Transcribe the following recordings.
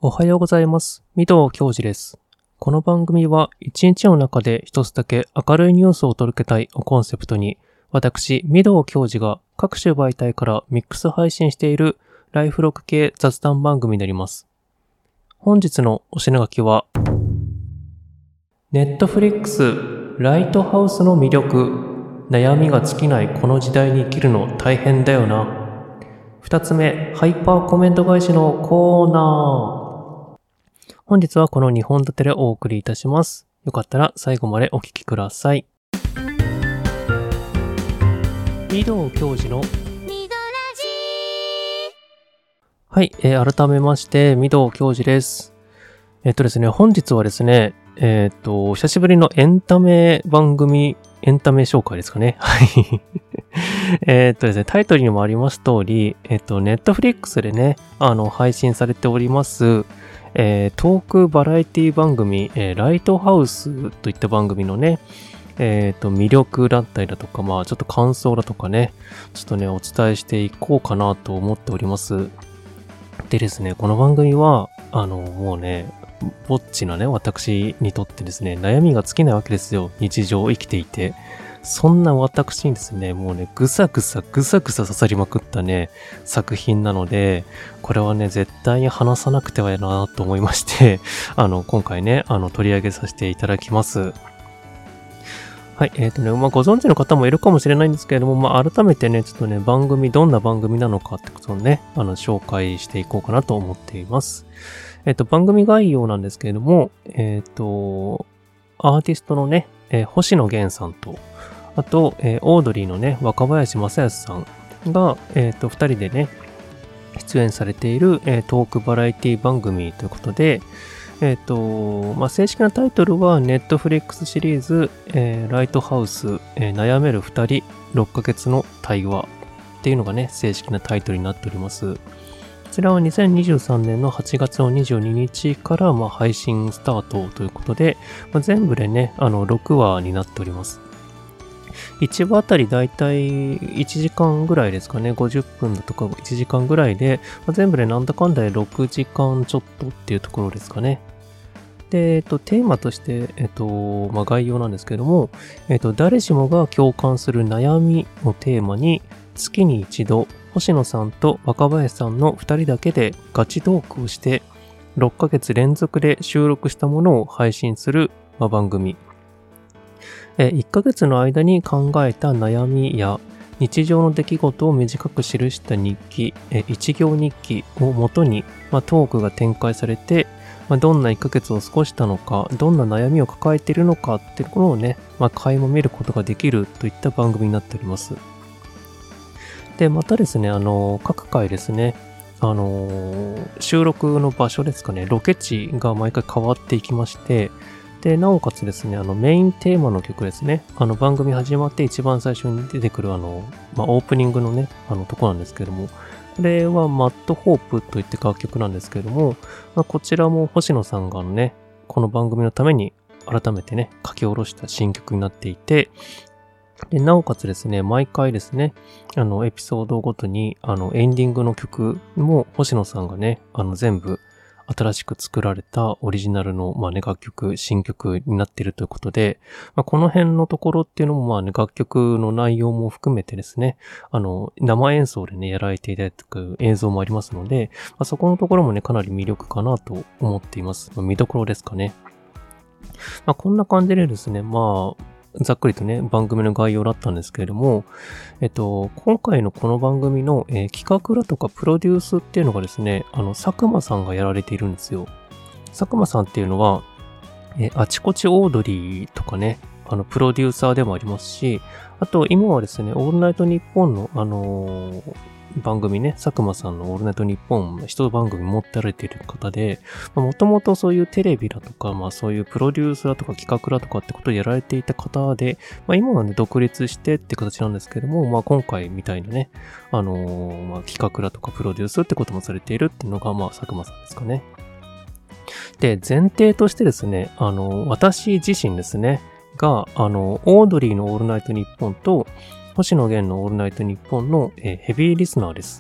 おはようございます。御堂教授です。この番組は一日の中で一つだけ明るいニュースを届けたいをコンセプトに、私、御堂教授が各種媒体からミックス配信しているライフログ系雑談番組になります。本日のお品書きは、ネットフリックスライトハウスの魅力、悩みが尽きないこの時代に生きるの大変だよな。二つ目、ハイパーコメント返しのコーナー。本日はこの2本立てでお送りいたします。よかったら最後までお聞きください。御堂教授の御堂ラジはい、改めまして御堂教授です。ですね、本日はですね、久しぶりのエンタメ番組、エンタメ紹介ですかね。はい。ですね、タイトルにもあります通り、ネットフリックスでね、配信されております、トークバラエティ番組、ライトハウスといった番組のね、魅力だったりだとか、まあちょっと感想だとかね、ちょっとね、お伝えしていこうかなと思っております。でですね、この番組は、もうね、ぼっちなね、私にとってですね、悩みが尽きないわけですよ。日常を生きていて。そんな私にですね、もうね、ぐさぐさ刺さりまくったね、作品なので、これはね、絶対に話さなくてはなと思いまして、今回ね、取り上げさせていただきます。はい、ご存知の方もいるかもしれないんですけれども、改めてね、ちょっとね、どんな番組なのかってことをね、紹介していこうかなと思っています。番組概要なんですけれども、アーティストのね、星野源さんと、あと、オードリーのね、若林正康さんが、二人でね、出演されている、トークバラエティ番組ということで、正式なタイトルは、ネットフリックスシリーズ、ライトハウス、悩める二人、6ヶ月の対話っていうのがね、正式なタイトルになっております。こちらは2023年の8月の22日から、配信スタートということで、全部でね、6話になっております。1話あたりだいたい1時間ぐらいですかね。50分だとか1時間ぐらいで、全部でなんだかんだで6時間ちょっとっていうところですかね。で、テーマとして、概要なんですけれども、誰しもが共感する悩みをテーマに、月に一度、星野さんと若林さんの2人だけでガチトークをして、6ヶ月連続で収録したものを配信する、番組。1ヶ月の間に考えた悩みや日常の出来事を短く記した日記、一行日記をもとに、トークが展開されて、どんな1ヶ月を過ごしたのか、どんな悩みを抱えているのかっていうところをね、垣間見ることができるといった番組になっております。で、またですね、各回ですね、収録の場所ですかね、ロケ地が毎回変わっていきまして、で、なおかつですね、メインテーマの曲ですね。番組始まって一番最初に出てくるオープニングのね、とこなんですけども、これはマットホープといって楽曲なんですけれども、こちらも星野さんがね、この番組のために改めてね、書き下ろした新曲になっていて、で、なおかつですね、毎回ですね、エピソードごとに、エンディングの曲も星野さんがね、全部、新しく作られたオリジナルの、楽曲、新曲になっているということで、この辺のところっていうのも、楽曲の内容も含めてですね、生演奏でね、やられていただく映像もありますので、そこのところもね、かなり魅力かなと思っています。見どころですかね。こんな感じでですね、ざっくりとね、番組の概要だったんですけれども、今回のこの番組の、企画だとかプロデュースっていうのがですね、佐久間さんがやられているんですよ。佐久間さんっていうのは、あちこちオードリーとかね、プロデューサーでもありますし、あと今はですね、オールナイトニッポンの番組ね、佐久間さんのオールナイトニッポン一番組持ってられている方で、もともとそういうテレビだとか、そういうプロデュースだとか企画だとかってことをやられていた方で、今はね、独立してって形なんですけども、今回みたいなね、企画だとかプロデュースってこともされているっていうのが、佐久間さんですかね。で、前提としてですね、私自身ですね、が、オードリーのオールナイトニッポンと、星野源のオールナイトニッポンの、ヘビーリスナーです。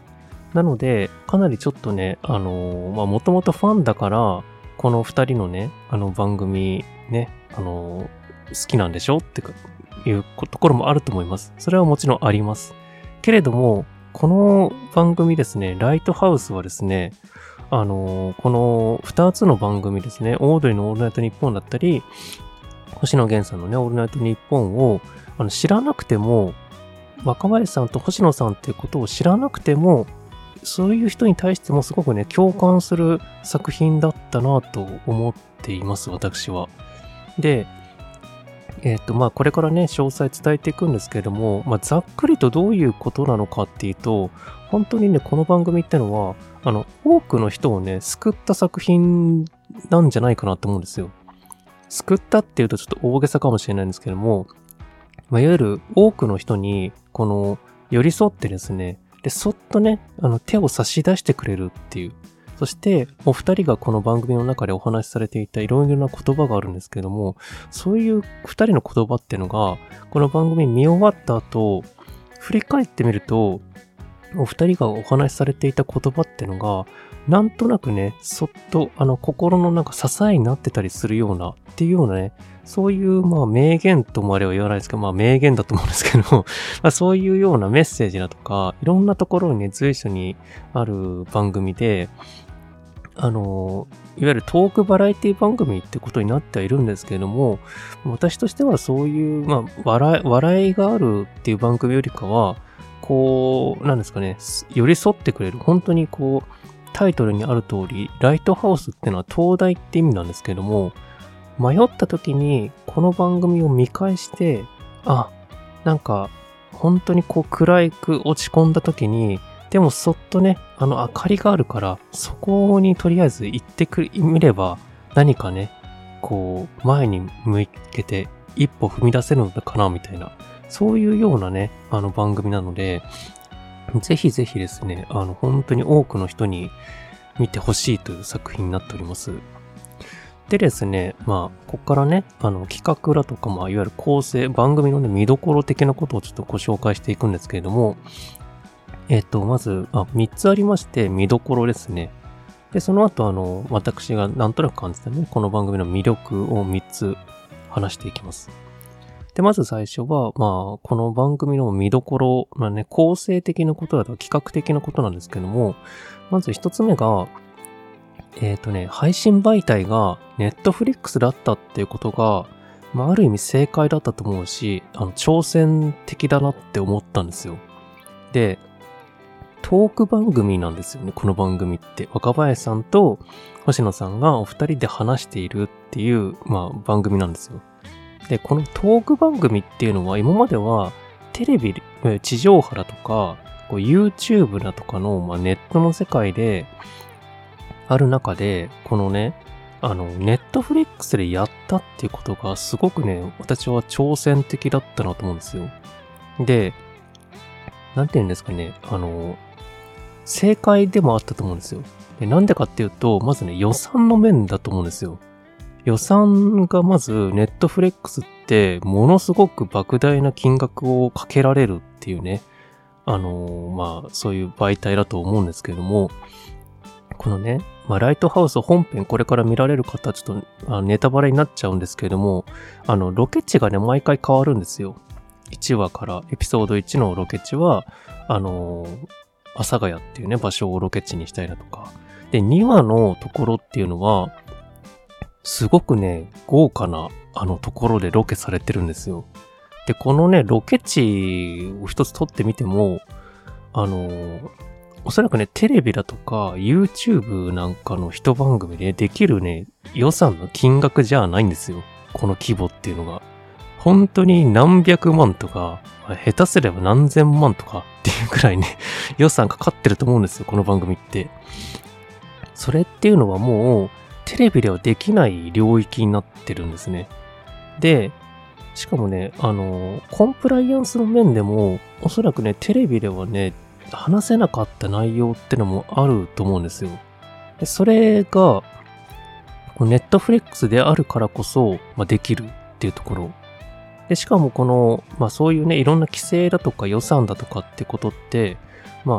なので、かなりちょっとね、もともとファンだから、この二人のね、番組ね、好きなんでしょっていうところもあると思います。それはもちろんあります。けれども、この番組ですね、ライトハウスはですね、この二つの番組ですね、オードリーのオールナイトニッポンだったり、星野源さんのね、オールナイトニッポンを、知らなくても、若林さんと星野さんっていうことを知らなくても、そういう人に対してもすごくね、共感する作品だったなと思っています、私は。で、これからね、詳細伝えていくんですけれども、ざっくりとどういうことなのかっていうと、本当にね、この番組ってのは、多くの人をね、救った作品なんじゃないかなと思うんですよ。救ったっていうとちょっと大げさかもしれないんですけども、いわゆる多くの人に、寄り添ってですね、で、そっとね、手を差し出してくれるっていう。そして、お二人がこの番組の中でお話しされていたいろいろな言葉があるんですけども、そういう二人の言葉っていうのが、この番組見終わった後、振り返ってみると、お二人がお話しされていた言葉っていうのが、なんとなくね、そっと、心のなんか支えになってたりするような、っていうようなね、そういう、名言とまでは言わないですけど、名言だと思うんですけど、そういうようなメッセージだとか、いろんなところにね、随所にある番組で、いわゆるトークバラエティ番組ってことになってはいるんですけれども、私としてはそういう、笑いがあるっていう番組よりかは、なんですかね、寄り添ってくれる、本当にタイトルにある通り、ライトハウスってのは灯台って意味なんですけども、迷った時にこの番組を見返して、なんか本当に暗く落ち込んだ時に、でもそっとね、明かりがあるから、そこにとりあえず行ってみれば、何かね、前に向けて一歩踏み出せるのかな、みたいな、そういうようなね、番組なので、ぜひぜひですね、本当に多くの人に見てほしいという作品になっております。でですね、ここからね、企画だとか、いわゆる構成、番組のね、見どころ的なことをちょっとご紹介していくんですけれども、まず、3つありまして、見どころですね。で、その後、私がなんとなく感じたね、この番組の魅力を3つ話していきます。で、まず最初は、この番組の見どころ、構成的なことだとか企画的なことなんですけども、まず1つ目が、配信媒体がNetflixだったっていうことが、ある意味正解だったと思うし、挑戦的だなって思ったんですよ。で、トーク番組なんですよね、この番組って。若林さんと星野さんがお二人で話しているっていう、番組なんですよ。で、このトーク番組っていうのは今まではテレビ、地上波だとか、YouTube だとかの、ネットの世界である中で、このね、Netflix でやったっていうことがすごくね、私は挑戦的だったなと思うんですよ。で、なんて言うんですかね、正解でもあったと思うんですよ。で、なんでかっていうと、まずね、予算の面だと思うんですよ。予算がまず、Netflix ってものすごく莫大な金額をかけられるっていうね、そういう媒体だと思うんですけれども、このね、ライトハウス本編これから見られる方、ちょっとネタバレになっちゃうんですけれども、ロケ地がね、毎回変わるんですよ。1話からエピソード1のロケ地は、阿佐ヶ谷っていうね、場所をロケ地にしたりだとか。で、2話のところっていうのは、すごくね、豪華なところでロケされてるんですよ。で、このね、ロケ地を一つ撮ってみても、おそらくね、テレビだとか YouTube なんかの一番組でできるね、予算の金額じゃないんですよ。この規模っていうのが。本当に何百万とか、下手すれば何千万とかっていうくらいね、予算かかってると思うんですよ、この番組って。それっていうのはもう、テレビではできない領域になってるんですね。で、しかもね、コンプライアンスの面でも、おそらくね、テレビではね、話せなかった内容ってのもあると思うんですよ。で、それが、ネットフレックスであるからこそ、できるっていうところ。で、しかもこの、そういうね、いろんな規制だとか予算だとかってことって、なん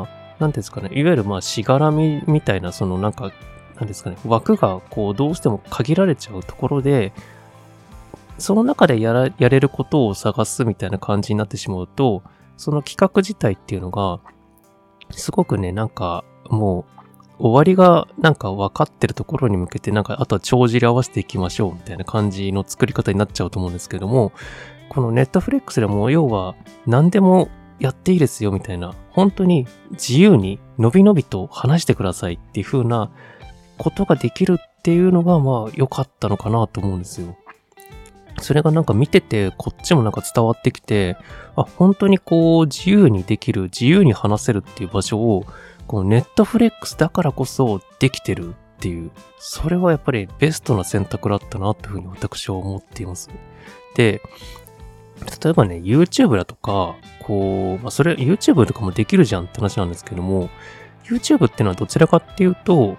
なんですかね、いわゆるしがらみみたいな、なんですかね、枠がどうしても限られちゃうところで、その中でやれることを探すみたいな感じになってしまうと、その企画自体っていうのが、すごくね、もう、終わりが分かってるところに向けてあとは帳尻合わせていきましょうみたいな感じの作り方になっちゃうと思うんですけども、このネットフレックスでも要は何でもやっていいですよみたいな、本当に自由にのびのびと話してくださいっていう風なことができるっていうのが良かったのかなと思うんですよ。それが見ててこっちも伝わってきて、本当に自由にできる、自由に話せるっていう場所をこのネットフレックスだからこそできてるっていう、それはやっぱりベストな選択だったなというふうに私は思っています。で、例えばね、YouTube だとか、それ YouTube とかもできるじゃんって話なんですけども、YouTube ってのはどちらかっていうと、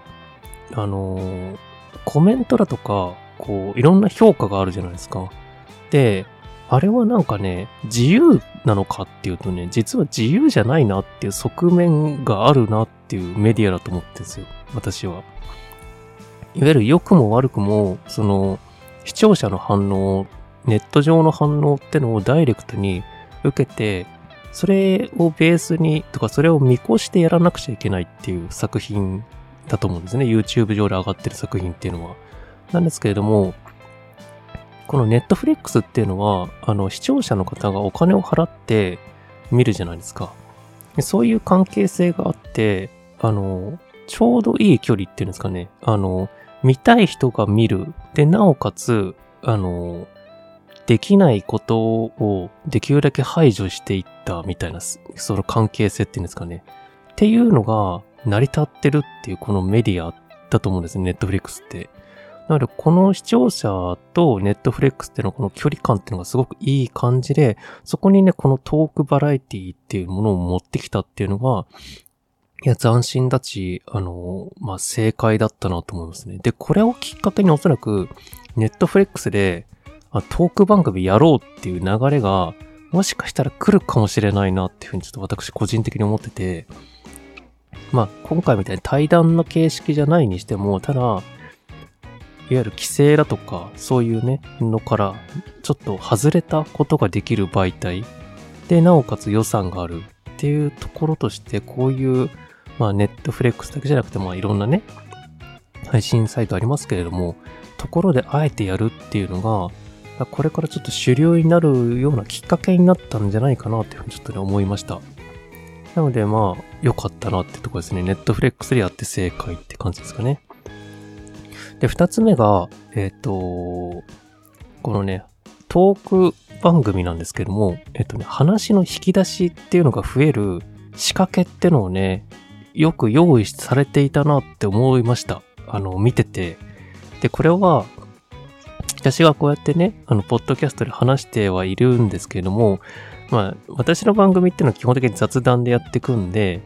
コメントだとか、いろんな評価があるじゃないですか。で、あれは自由なのかっていうとね、実は自由じゃないなっていう側面があるなっていうメディアだと思ってるんですよ、私は。いわゆる良くも悪くも、視聴者の反応、ネット上の反応ってのをダイレクトに受けて、それをベースに、とかそれを見越してやらなくちゃいけないっていう作品だと思うんですね。YouTube 上で上がってる作品っていうのは。なんですけれども、このネットフレックスっていうのは、視聴者の方がお金を払って見るじゃないですか。そういう関係性があって、ちょうどいい距離っていうんですかね。見たい人が見る。で、なおかつ、できないことをできるだけ排除していったみたいな、その関係性っていうんですかね。っていうのが成り立ってるっていうこのメディアだと思うんですね、ネットフリックスって。なので、この視聴者とネットフレックスっていうのはこの距離感っていうのがすごくいい感じで、そこにね、このトークバラエティっていうものを持ってきたっていうのが、いや、斬新だし、正解だったなと思いますね。で、これをきっかけにおそらく、ネットフレックスで、トーク番組やろうっていう流れが、もしかしたら来るかもしれないなっていうふうにちょっと私個人的に思ってて、今回みたいに対談の形式じゃないにしても、ただ、いわゆる規制だとか、そういうね、のから、ちょっと外れたことができる媒体で、なおかつ予算があるっていうところとして、こういう、ネットフレックスだけじゃなくて、いろんなね、配信サイトありますけれども、ところであえてやるっていうのが、これからちょっと主流になるようなきっかけになったんじゃないかなっていうふうにちょっとね、思いました。なので、良かったなってところですね。ネットフレックスでやって正解って感じですかね。で、二つ目が、このね、トーク番組なんですけども、話の引き出しっていうのが増える仕掛けってのをね、よく用意されていたなって思いました。見てて。で、これは、私がこうやってね、ポッドキャストで話してはいるんですけれども、私の番組っていうのは基本的に雑談でやっていくんで、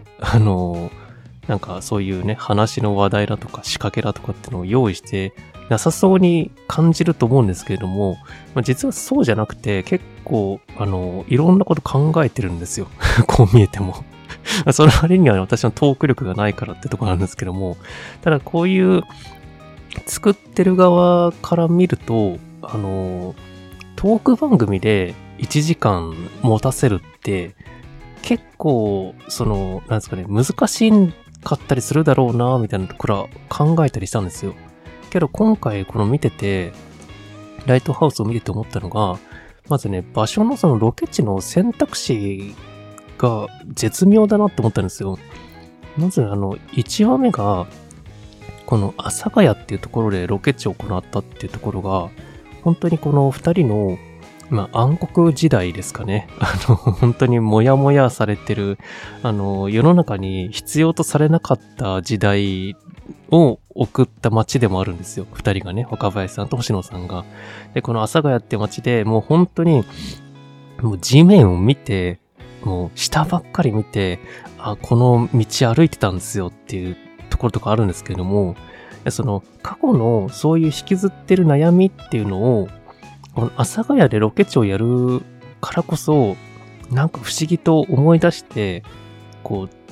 そういうね、話の話題だとか仕掛けだとかっていうのを用意してなさそうに感じると思うんですけれども、実はそうじゃなくて結構、いろんなこと考えてるんですよ。こう見えても。その割には私のトーク力がないからってとこなんですけども、ただこういう作ってる側から見ると、トーク番組で1時間持たせるって結構、なんですかね、難しかったりするだろうなみたいなところは考えたりしたんですよ。けど今回この見てて、ライトハウスを見てて思ったのが、まずね、場所のそのロケ地の選択肢が絶妙だなって思ったんですよ。まず1話目が、この阿佐ヶ谷っていうところでロケ地を行ったっていうところが、本当にこの二人の、暗黒時代ですかね。本当にもやもやされてる、世の中に必要とされなかった時代を送った街でもあるんですよ。二人がね、若林さんと星野さんが。で、この阿佐ヶ谷って街でもう本当に、もう地面を見て、もう下ばっかり見て、この道歩いてたんですよっていうところとかあるんですけれども、その過去のそういう引きずってる悩みっていうのを、この阿佐ヶ谷でロケ地をやるからこそ、不思議と思い出して、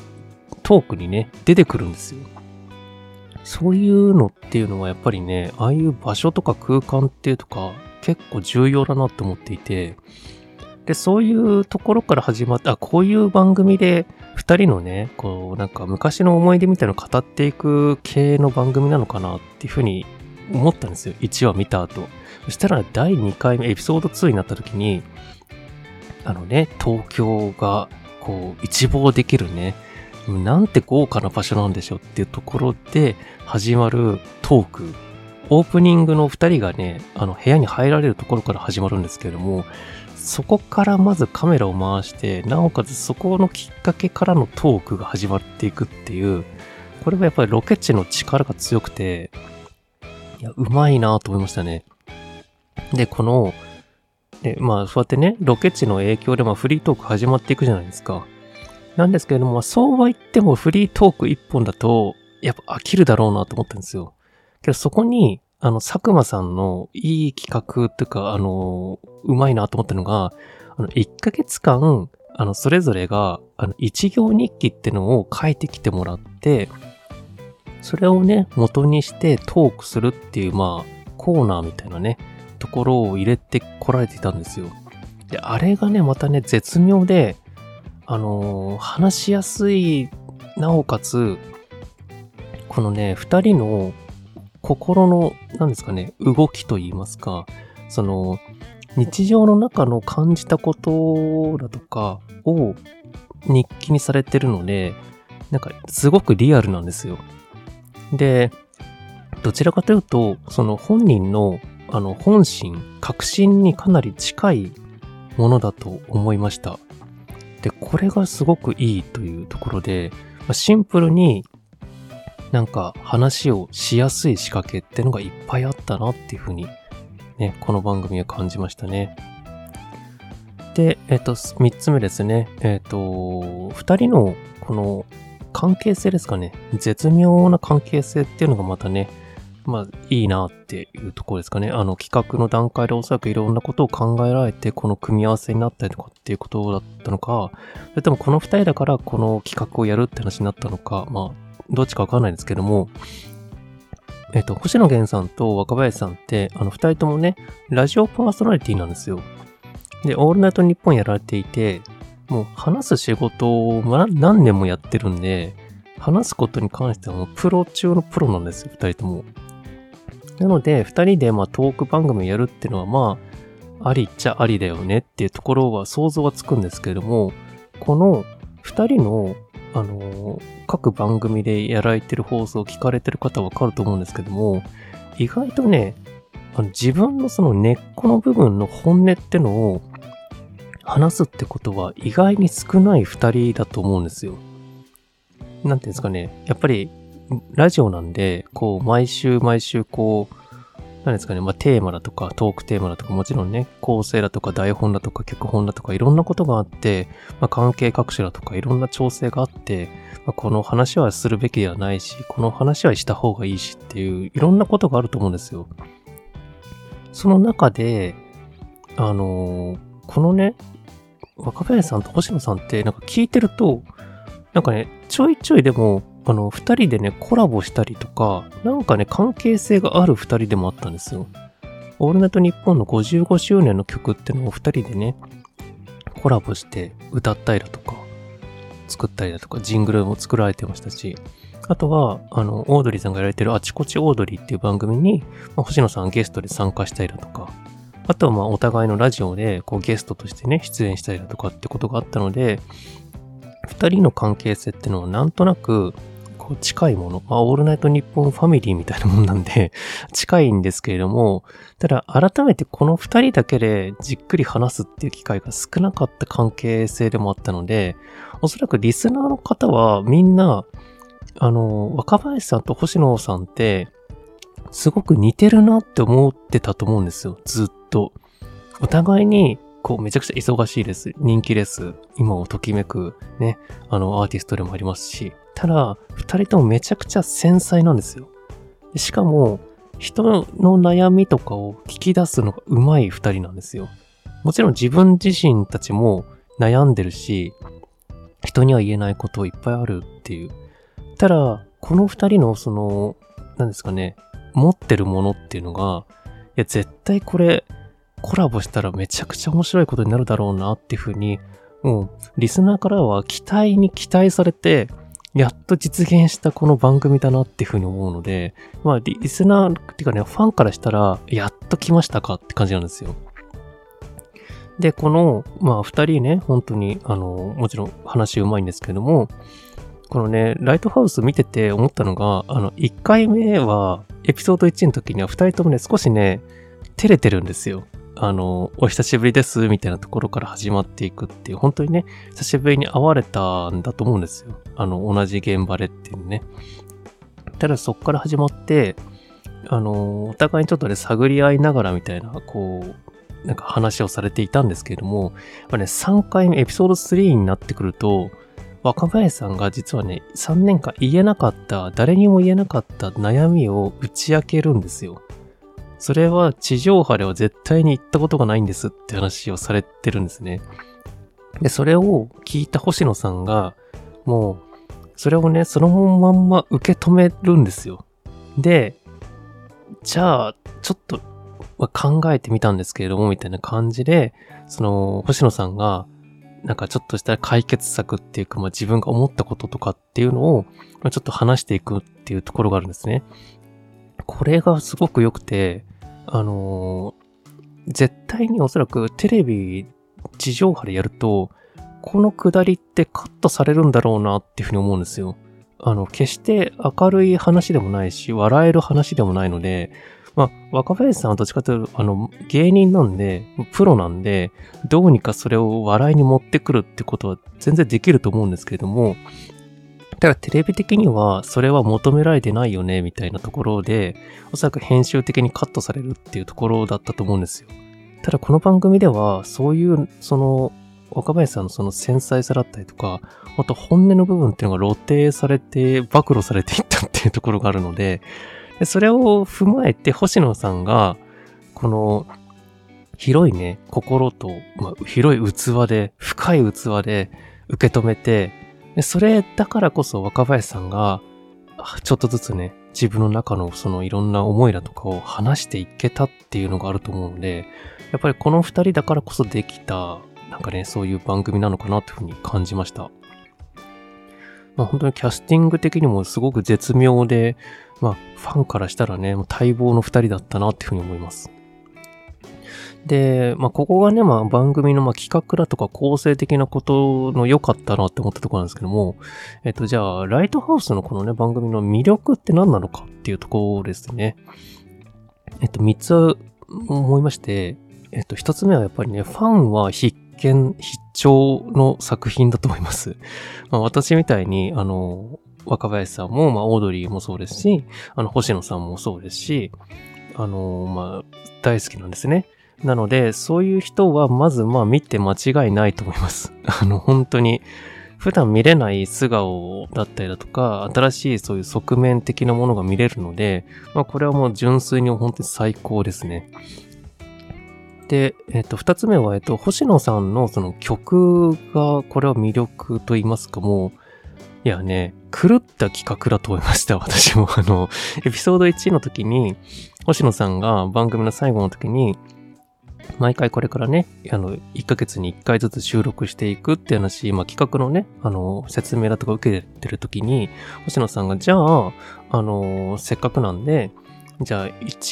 トークにね、出てくるんですよ。そういうのっていうのはやっぱりね、ああいう場所とか空間っていうとか、結構重要だなと思っていて、で、そういうところから始まった、こういう番組で二人のね、こう、なんか昔の思い出みたいなのを語っていく系の番組なのかなっていうふうに思ったんですよ。1話見た後。そしたら第2回目、エピソード2になった時に、東京が、こう、一望できるね、なんて豪華な場所なんでしょうっていうところで始まるトーク。オープニングの二人がね、部屋に入られるところから始まるんですけれども、そこからまずカメラを回して、なおかつそこのきっかけからのトークが始まっていくっていう、これはやっぱりロケ地の力が強くて、いや、うまいなと思いましたね。で、そうやってね、ロケ地の影響でフリートーク始まっていくじゃないですか。なんですけれども、そうは言ってもフリートーク一本だと、やっぱ飽きるだろうなと思ったんですよ。けどそこに、佐久間さんのいい企画というか、うまいなと思ったのが、1ヶ月間、それぞれが、一行日記ってのを書いてきてもらって、それをね、元にしてトークするっていう、コーナーみたいなね、ところを入れてこられていたんですよ。で、あれがね、またね、絶妙で、話しやすい、なおかつ、このね、二人の心の、なんですかね、動きといいますか、日常の中の感じたことだとかを日記にされてるので、なんかすごくリアルなんですよ。で、どちらかというと、本人の本心、確信にかなり近いものだと思いました。で、これがすごくいいというところで、シンプルになんか話をしやすい仕掛けってのがいっぱいあったなっていうふうにね、この番組は感じましたね。で、三つ目ですね。二人のこの関係性ですかね。絶妙な関係性っていうのがまたね、いいなっていうところですかね。企画の段階でおそらくいろんなことを考えられて、この組み合わせになったりとかっていうことだったのか、それともこの二人だからこの企画をやるって話になったのか、どっちかわかんないですけども、星野源さんと若林さんって、二人ともね、ラジオパーソナリティなんですよ。で、オールナイトニッポンやられていて、もう話す仕事を何年もやってるんで、話すことに関してはもうプロ中のプロなんですよ、二人とも。なので、二人でトーク番組をやるっていうのはありっちゃありだよねっていうところは想像はつくんですけれども、この二人の各番組でやられてる放送を聞かれてる方はわかると思うんですけども、意外とね、自分のその根っこの部分の本音ってのを話すってことは意外に少ない二人だと思うんですよ。なんていうんですかね、やっぱりラジオなんで、こう毎週こう、なんですかね、テーマだとか、トークテーマだとか、もちろんね、構成だとか、台本だとか、脚本だとか、いろんなことがあって、関係各種だとか、いろんな調整があって、この話はするべきではないし、この話はした方がいいしっていう、いろんなことがあると思うんですよ。その中で、このね、若林さんと星野さんって、なんか聞いてると、なんかね、ちょいちょいでも、二人でね、コラボしたりとか、なんかね、関係性がある二人でもあったんですよ。オールナイトニッポンの55周年の曲ってのを二人でね、コラボして歌ったりだとか、作ったりだとか、ジングルも作られてましたし、あとは、オードリーさんがやられてるあちこちオードリーっていう番組に、星野さんゲストで参加したりだとか、あとはお互いのラジオでこうゲストとしてね、出演したりだとかってことがあったので、二人の関係性ってのはなんとなく、こう近いもの、オールナイトニッポンファミリーみたいなもんなんで近いんですけれども、ただ改めてこの二人だけでじっくり話すっていう機会が少なかった関係性でもあったので、おそらくリスナーの方はみんな、若林さんと星野さんってすごく似てるなって思ってたと思うんですよ、ずっと。お互いにこうめちゃくちゃ忙しいです。人気です。今をときめくね、アーティストでもありますし。ただ、二人ともめちゃくちゃ繊細なんですよ。しかも、人の悩みとかを聞き出すのが上手い二人なんですよ。もちろん自分自身たちも悩んでるし、一人には言えないこといっぱいあるっていう。ただ、この二人のなんですかね、持ってるものっていうのが、いや、絶対これ、コラボしたらめちゃくちゃ面白いことになるだろうなっていうふうに、もう、リスナーからは期待に期待されて、やっと実現したこの番組だなっていうふうに思うので、まあ、リスナーっていうかね、ファンからしたら、やっと来ましたかって感じなんですよ。で、この、まあ、二人ね、本当に、もちろん話うまいんですけども、このね、ライトハウス見てて思ったのが、1回目は、エピソード1の時には2人ともね、少しね、照れてるんですよ。お久しぶりです、みたいなところから始まっていくっていう、本当にね、久しぶりに会われたんだと思うんですよ。同じ現場でっていうね。ただそっから始まって、お互いにちょっとね、探り合いながらみたいな、こう、なんか話をされていたんですけれども、やっぱね、3回目、エピソード3になってくると、若林さんが実はね、3年間言えなかった、誰にも言えなかった悩みを打ち明けるんですよ。それは地上波では絶対に言ったことがないんですって話をされてるんですね。で、それを聞いた星野さんが、もう、それをね、そのまんま受け止めるんですよ。で、じゃあ、ちょっと考えてみたんですけれども、みたいな感じで、星野さんが、なんかちょっとした解決策っていうか、まあ、自分が思ったこととかっていうのを、まあ、ちょっと話していくっていうところがあるんですね。これがすごく良くて、絶対におそらくテレビ地上波でやると、このくだりってカットされるんだろうなっていうふうに思うんですよ。決して明るい話でもないし、笑える話でもないので、まあ、若林さんはどっちかというと、芸人なんで、プロなんで、どうにかそれを笑いに持ってくるってことは全然できると思うんですけれども、ただテレビ的にはそれは求められてないよね、みたいなところで、おそらく編集的にカットされるっていうところだったと思うんですよ。ただこの番組では、そういう、若林さんのその繊細さだったりとか、あと本音の部分っていうのが露呈されて、暴露されていったっていうところがあるので、それを踏まえて星野さんが、この広いね、心と、まあ、広い器で、深い器で受け止めて、それだからこそ若林さんが、ちょっとずつね、自分の中のそのいろんな思いだとかを話していけたっていうのがあると思うので、やっぱりこの二人だからこそできた、なんかね、そういう番組なのかなというふうに感じました。まあ本当にキャスティング的にもすごく絶妙で、まあファンからしたらね、待望の二人だったなっていうふうに思います。で、まあここがね、まあ番組の企画だとか構成的なことの良かったなって思ったところなんですけども、じゃあ、ライトハウスのこのね、番組の魅力って何なのかっていうところですね。3つ思いまして、1つ目はやっぱりね、ファンは必聴の作品だと思います。まあ、私みたいに、若林さんも、まあ、オードリーもそうですし、星野さんもそうですし、まあ、大好きなんですね。なので、そういう人は、まず、まあ、見て間違いないと思います。本当に、普段見れない素顔だったりだとか、新しいそういう側面的なものが見れるので、まあ、これはもう純粋に本当に最高ですね。で、二つ目は、星野さんのその曲が、これは魅力と言いますか、もう、いやね、狂った企画だと思いました、私も。エピソード1の時に、星野さんが番組の最後の時に、毎回これからね、1ヶ月に1回ずつ収録していくって話、まあ、企画のね、説明だとか受けてる時に、星野さんが、じゃあ、せっかくなんで、じゃあ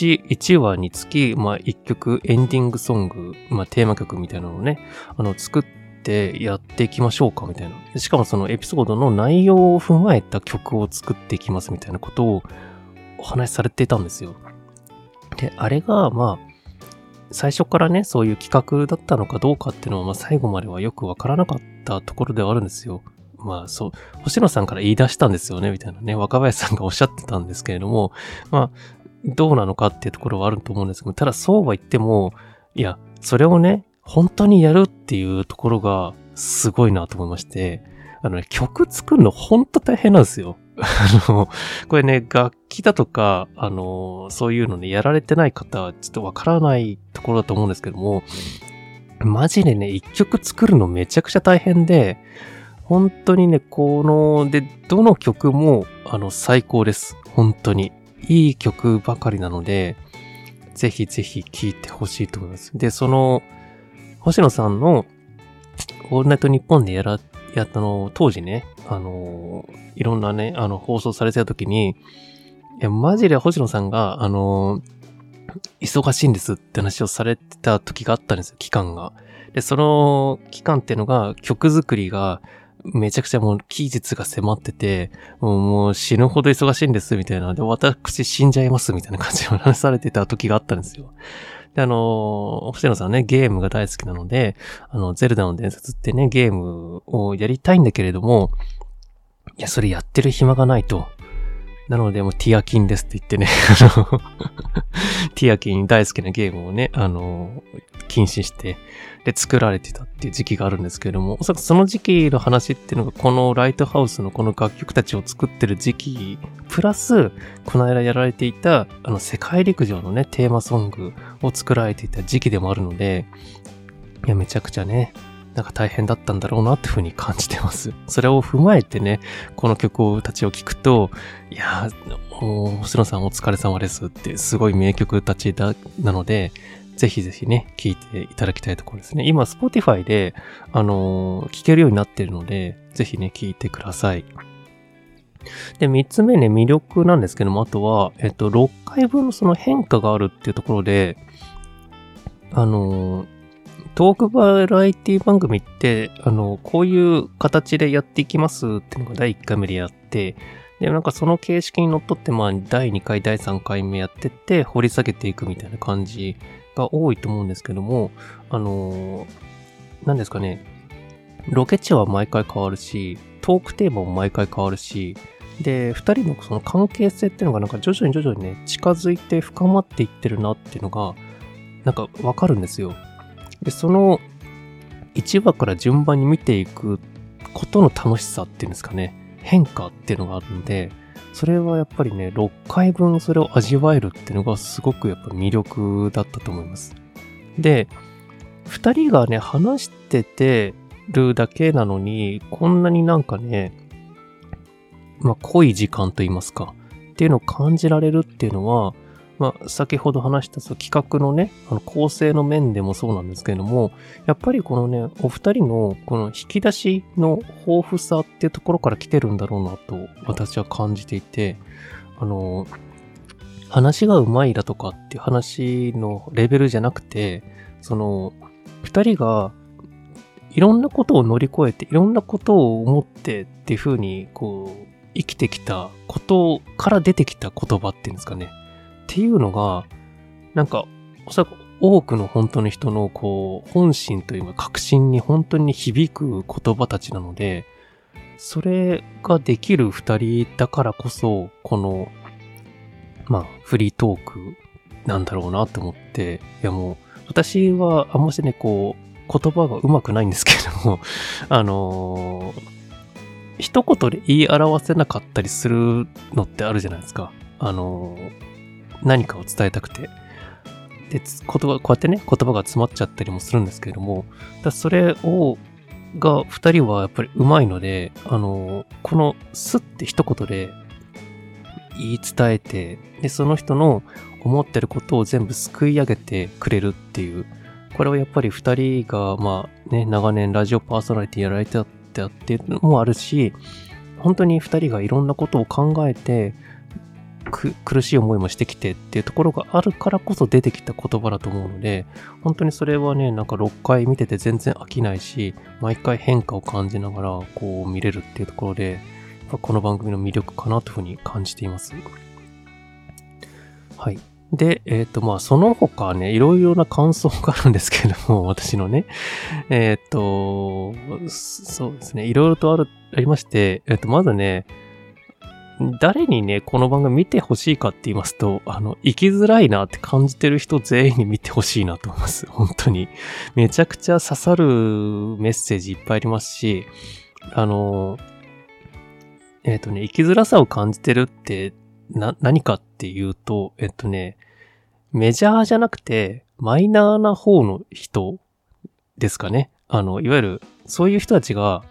1話につき、まあ、1曲エンディングソング、まあ、テーマ曲みたいなのをね、作ってやっていきましょうかみたいな。しかもそのエピソードの内容を踏まえた曲を作っていきますみたいなことをお話しされていたんですよ。で、あれが、まあ、最初からね、そういう企画だったのかどうかっていうのは、まあ、最後まではよくわからなかったところではあるんですよ。まあそう、星野さんから言い出したんですよね、みたいなね、若林さんがおっしゃってたんですけれども、まあ、どうなのかっていうところはあると思うんですけど、ただそうは言っても、いや、それをね、本当にやるっていうところがすごいなと思いまして、曲作るの本当大変なんですよ。これね、楽器だとか、そういうのね、やられてない方はちょっとわからないところだと思うんですけども、マジでね、一曲作るのめちゃくちゃ大変で、 本当にね、どの曲も、最高です。本当に。いい曲ばかりなので、ぜひぜひ聴いてほしいと思います。で、星野さんの、オールナイトニッポンでやったの、当時ね、いろんなね、放送されてた時に、いや、マジで星野さんが、忙しいんですって話をされてた時があったんですよ、期間が。で、その期間っていうのが、曲作りが、めちゃくちゃもう期日が迫ってて、もう死ぬほど忙しいんですみたいな。で、私死んじゃいますみたいな感じの話されてた時があったんですよ。で、星野さんね、ゲームが大好きなので、ゼルダの伝説ってね、ゲームをやりたいんだけれども、いや、それやってる暇がないと。なので、もうティアキンですって言ってね、ティアキン大好きなゲームをね、禁止して、で、作られてたっていう時期があるんですけれども、おそらくその時期の話っていうのが、このライトハウスのこの楽曲たちを作ってる時期、プラス、この間やられていた、世界陸上のね、テーマソングを作られていた時期でもあるので、いや、めちゃくちゃね、なんか大変だったんだろうなっていうふうに感じてます。それを踏まえてね、この曲たちを聴くと、いやー、星野さんお疲れ様ですって、すごい名曲たちなので、ぜひぜひね、聴いていただきたいところですね。今、Spotify で、聴けるようになっているので、ぜひね、聴いてください。で、3つ目ね、魅力なんですけども、あとは、6回分のその変化があるっていうところで、トークバラエティ番組って、こういう形でやっていきますっていうのが第1回目でやって、で、なんかその形式にのっとって、まあ、第2回、第3回目やってって、掘り下げていくみたいな感じが多いと思うんですけども、何ですかね、ロケ地は毎回変わるし、トークテーマも毎回変わるし、で、二人のその関係性っていうのがなんか徐々にね、近づいて深まっていってるなっていうのが、なんかわかるんですよ。で、その1話から順番に見ていくことの楽しさっていうんですかね、変化っていうのがあるんで、それはやっぱりね、6回分それを味わえるっていうのがすごくやっぱ魅力だったと思います。で、2人がね、話しててるだけなのに、こんなになんかね、まあ濃い時間と言いますか、っていうのを感じられるっていうのは、まあ、先ほど話した企画のね、構成の面でもそうなんですけれども、やっぱりこのね、お二人のこの引き出しの豊富さっていうところから来てるんだろうなと私は感じていて、話が上手いだとかっていう話のレベルじゃなくて、二人がいろんなことを乗り越えて、いろんなことを思ってっていう風に、生きてきたことから出てきた言葉っていうんですかね。っていうのが、なんか、おそらく多くの本当の人の本心というか確信に本当に響く言葉たちなので、それができる二人だからこそ、この、まあ、フリートークなんだろうなと思って、いやもう、私はあんましね、言葉が上手くないんですけれども、一言で言い表せなかったりするのってあるじゃないですか。何かを伝えたくて。で、こうやってね、言葉が詰まっちゃったりもするんですけれども、それが二人はやっぱり上手いので、このスッて一言で言い伝えて、で、その人の思ってることを全部すくい上げてくれるっていう、これはやっぱり二人が、まあね、長年ラジオパーソナリティやられてたっていうのもあるし、本当に二人がいろんなことを考えて、苦しい思いもしてきてっていうところがあるからこそ出てきた言葉だと思うので、本当にそれはね、なんか6回見てて全然飽きないし、毎回変化を感じながら見れるっていうところで、この番組の魅力かなというふうに感じています。はい。で、まあ、その他ね、いろいろな感想があるんですけれども、私のね、そうですね、いろいろとありまして、まずね、誰にね、この番組見てほしいかって言いますと、生きづらいなって感じてる人全員に見てほしいなと思います。本当に。めちゃくちゃ刺さるメッセージいっぱいありますし、生きづらさを感じてるって何かっていうと、メジャーじゃなくて、マイナーな方の人ですかね。いわゆる、そういう人たちが、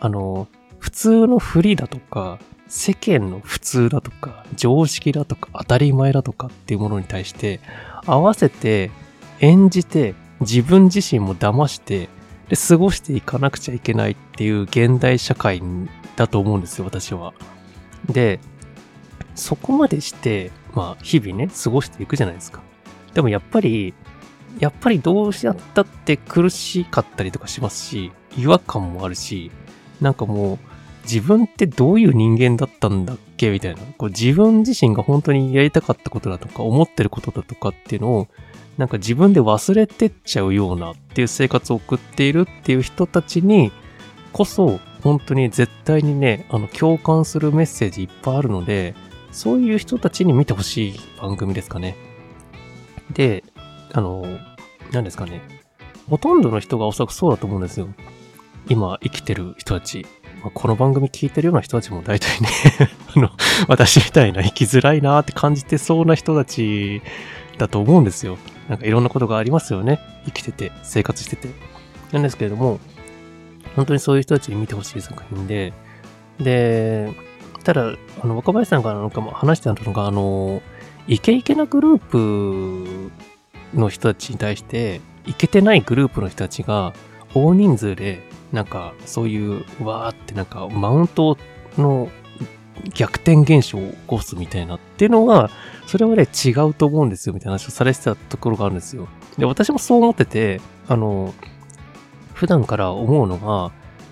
普通の振りだとか、世間の普通だとか、常識だとか、当たり前だとかっていうものに対して、合わせて演じて、自分自身も騙して、で、過ごしていかなくちゃいけないっていう現代社会だと思うんですよ、私は。で、そこまでして、まあ、日々ね、過ごしていくじゃないですか。でもやっぱりどうしやったって苦しかったりとかしますし、違和感もあるし、なんかもう、自分ってどういう人間だったんだっけみたいな。こう自分自身が本当にやりたかったことだとか、思ってることだとかっていうのを、なんか自分で忘れてっちゃうようなっていう生活を送っているっていう人たちにこそ、本当に絶対にね、共感するメッセージいっぱいあるので、そういう人たちに見てほしい番組ですかね。で、何ですかね。ほとんどの人がおそらくそうだと思うんですよ。今生きてる人たち。この番組聞いてるような人たちも大体ね私みたいな生きづらいなーって感じてそうな人たちだと思うんですよ。なんかいろんなことがありますよね。生きてて、生活してて。なんですけれども、本当にそういう人たちに見てほしい作品で、ただ、若林さんがなんか話してたのが、イケイケなグループの人たちに対して、イケてないグループの人たちが、大人数で、なんか、そういう、わーってなんか、マウントの逆転現象を起こすみたいなっていうのは、それはね、違うと思うんですよ、みたいな話をされてたところがあるんですよ。で、私もそう思ってて、普段から思うのが、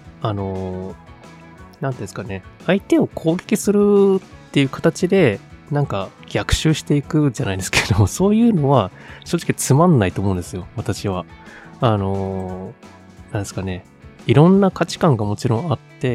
なんていうんですかね、相手を攻撃するっていう形で、なんか逆襲していくじゃないですけど、そういうのは正直つまんないと思うんですよ、私は。なんですかね、いろんな価値観がもちろんあって、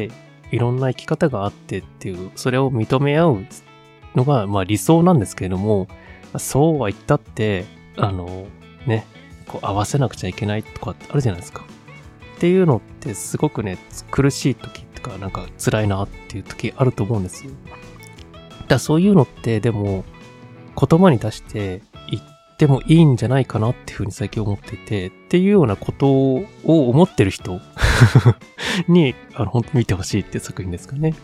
いろんな生き方があってっていう、それを認め合うのが、まあ理想なんですけれども、そうは言ったって、ね、こう合わせなくちゃいけないとかあるじゃないですか。っていうのってすごくね、苦しい時とかなんか辛いなっていう時あると思うんですよ。だからそういうのってでも言葉に出して言ってもいいんじゃないかなっていうふうに最近思ってて、っていうようなことを思ってる人に本当に見てほしいっていう作品ですかね。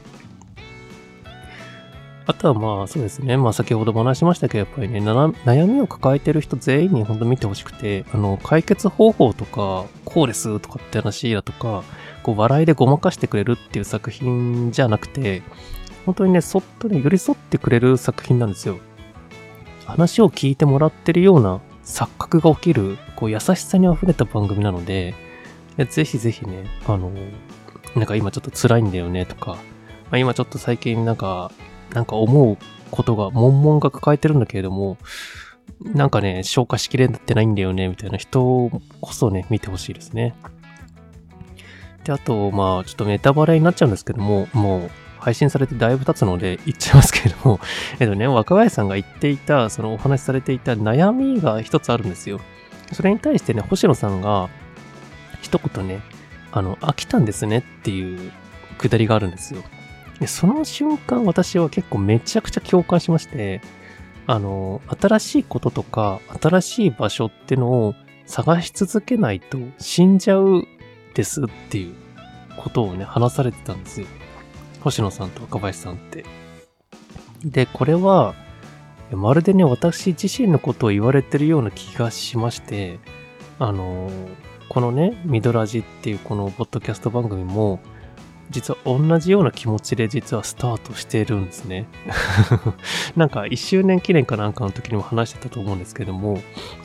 あとはまあそうですね。まあ先ほども話しましたけど、やっぱりね、悩みを抱えてる人全員に本当見てほしくて、解決方法とか、こうですとかって話だとか、こう笑いでごまかしてくれるっていう作品じゃなくて、本当にね、そっとね、寄り添ってくれる作品なんですよ。話を聞いてもらってるような錯覚が起きる、こう優しさに溢れた番組なので、ぜひぜひね、なんか今ちょっと辛いんだよねとか、今ちょっと最近なんか思うことが、悶々が抱えてるんだけれども、なんかね、消化しきれてないんだよね、みたいな人こそね、見てほしいですね。で、あと、まあ、ちょっとネタバレになっちゃうんですけども、もう、配信されてだいぶ経つので言っちゃいますけれども、若林さんが言っていた、そのお話しされていた悩みが一つあるんですよ。それに対してね、星野さんが、一言ね、飽きたんですねっていうくだりがあるんですよ。で、その瞬間私は結構めちゃくちゃ共感しまして、新しいこととか、新しい場所ってのを探し続けないと死んじゃうですっていうことをね、話されてたんですよ。星野さんと若林さんって。で、これは、まるでね、私自身のことを言われてるような気がしまして、このね、ミドラジっていうこのポッドキャスト番組も、実は同じような気持ちで実はスタートしているんですね。なんか1周年記念かなんかの時にも話してたと思うんですけども、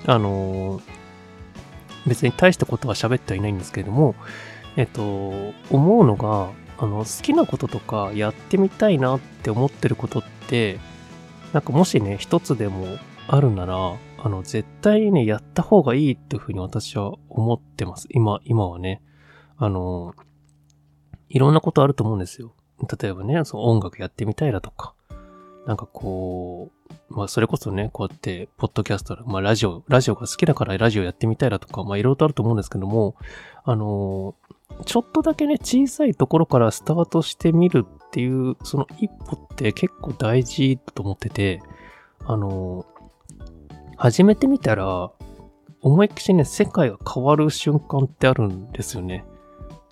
別に大したことは喋ってはいないんですけれども、思うのが、好きなこととかやってみたいなって思ってることって、なんかもしね、一つでもあるなら、絶対にね、やった方がいいっていうふうに私は思ってます。今はね。いろんなことあると思うんですよ。例えばね、その音楽やってみたいだとか、なんかこう、まあそれこそね、こうやって、ポッドキャスト、まあラジオが好きだからラジオやってみたいだとか、まあいろいろとあると思うんですけども、ちょっとだけね、小さいところからスタートしてみるっていう、その一歩って結構大事だと思ってて、始めてみたら、思いっきしね、世界が変わる瞬間ってあるんですよね。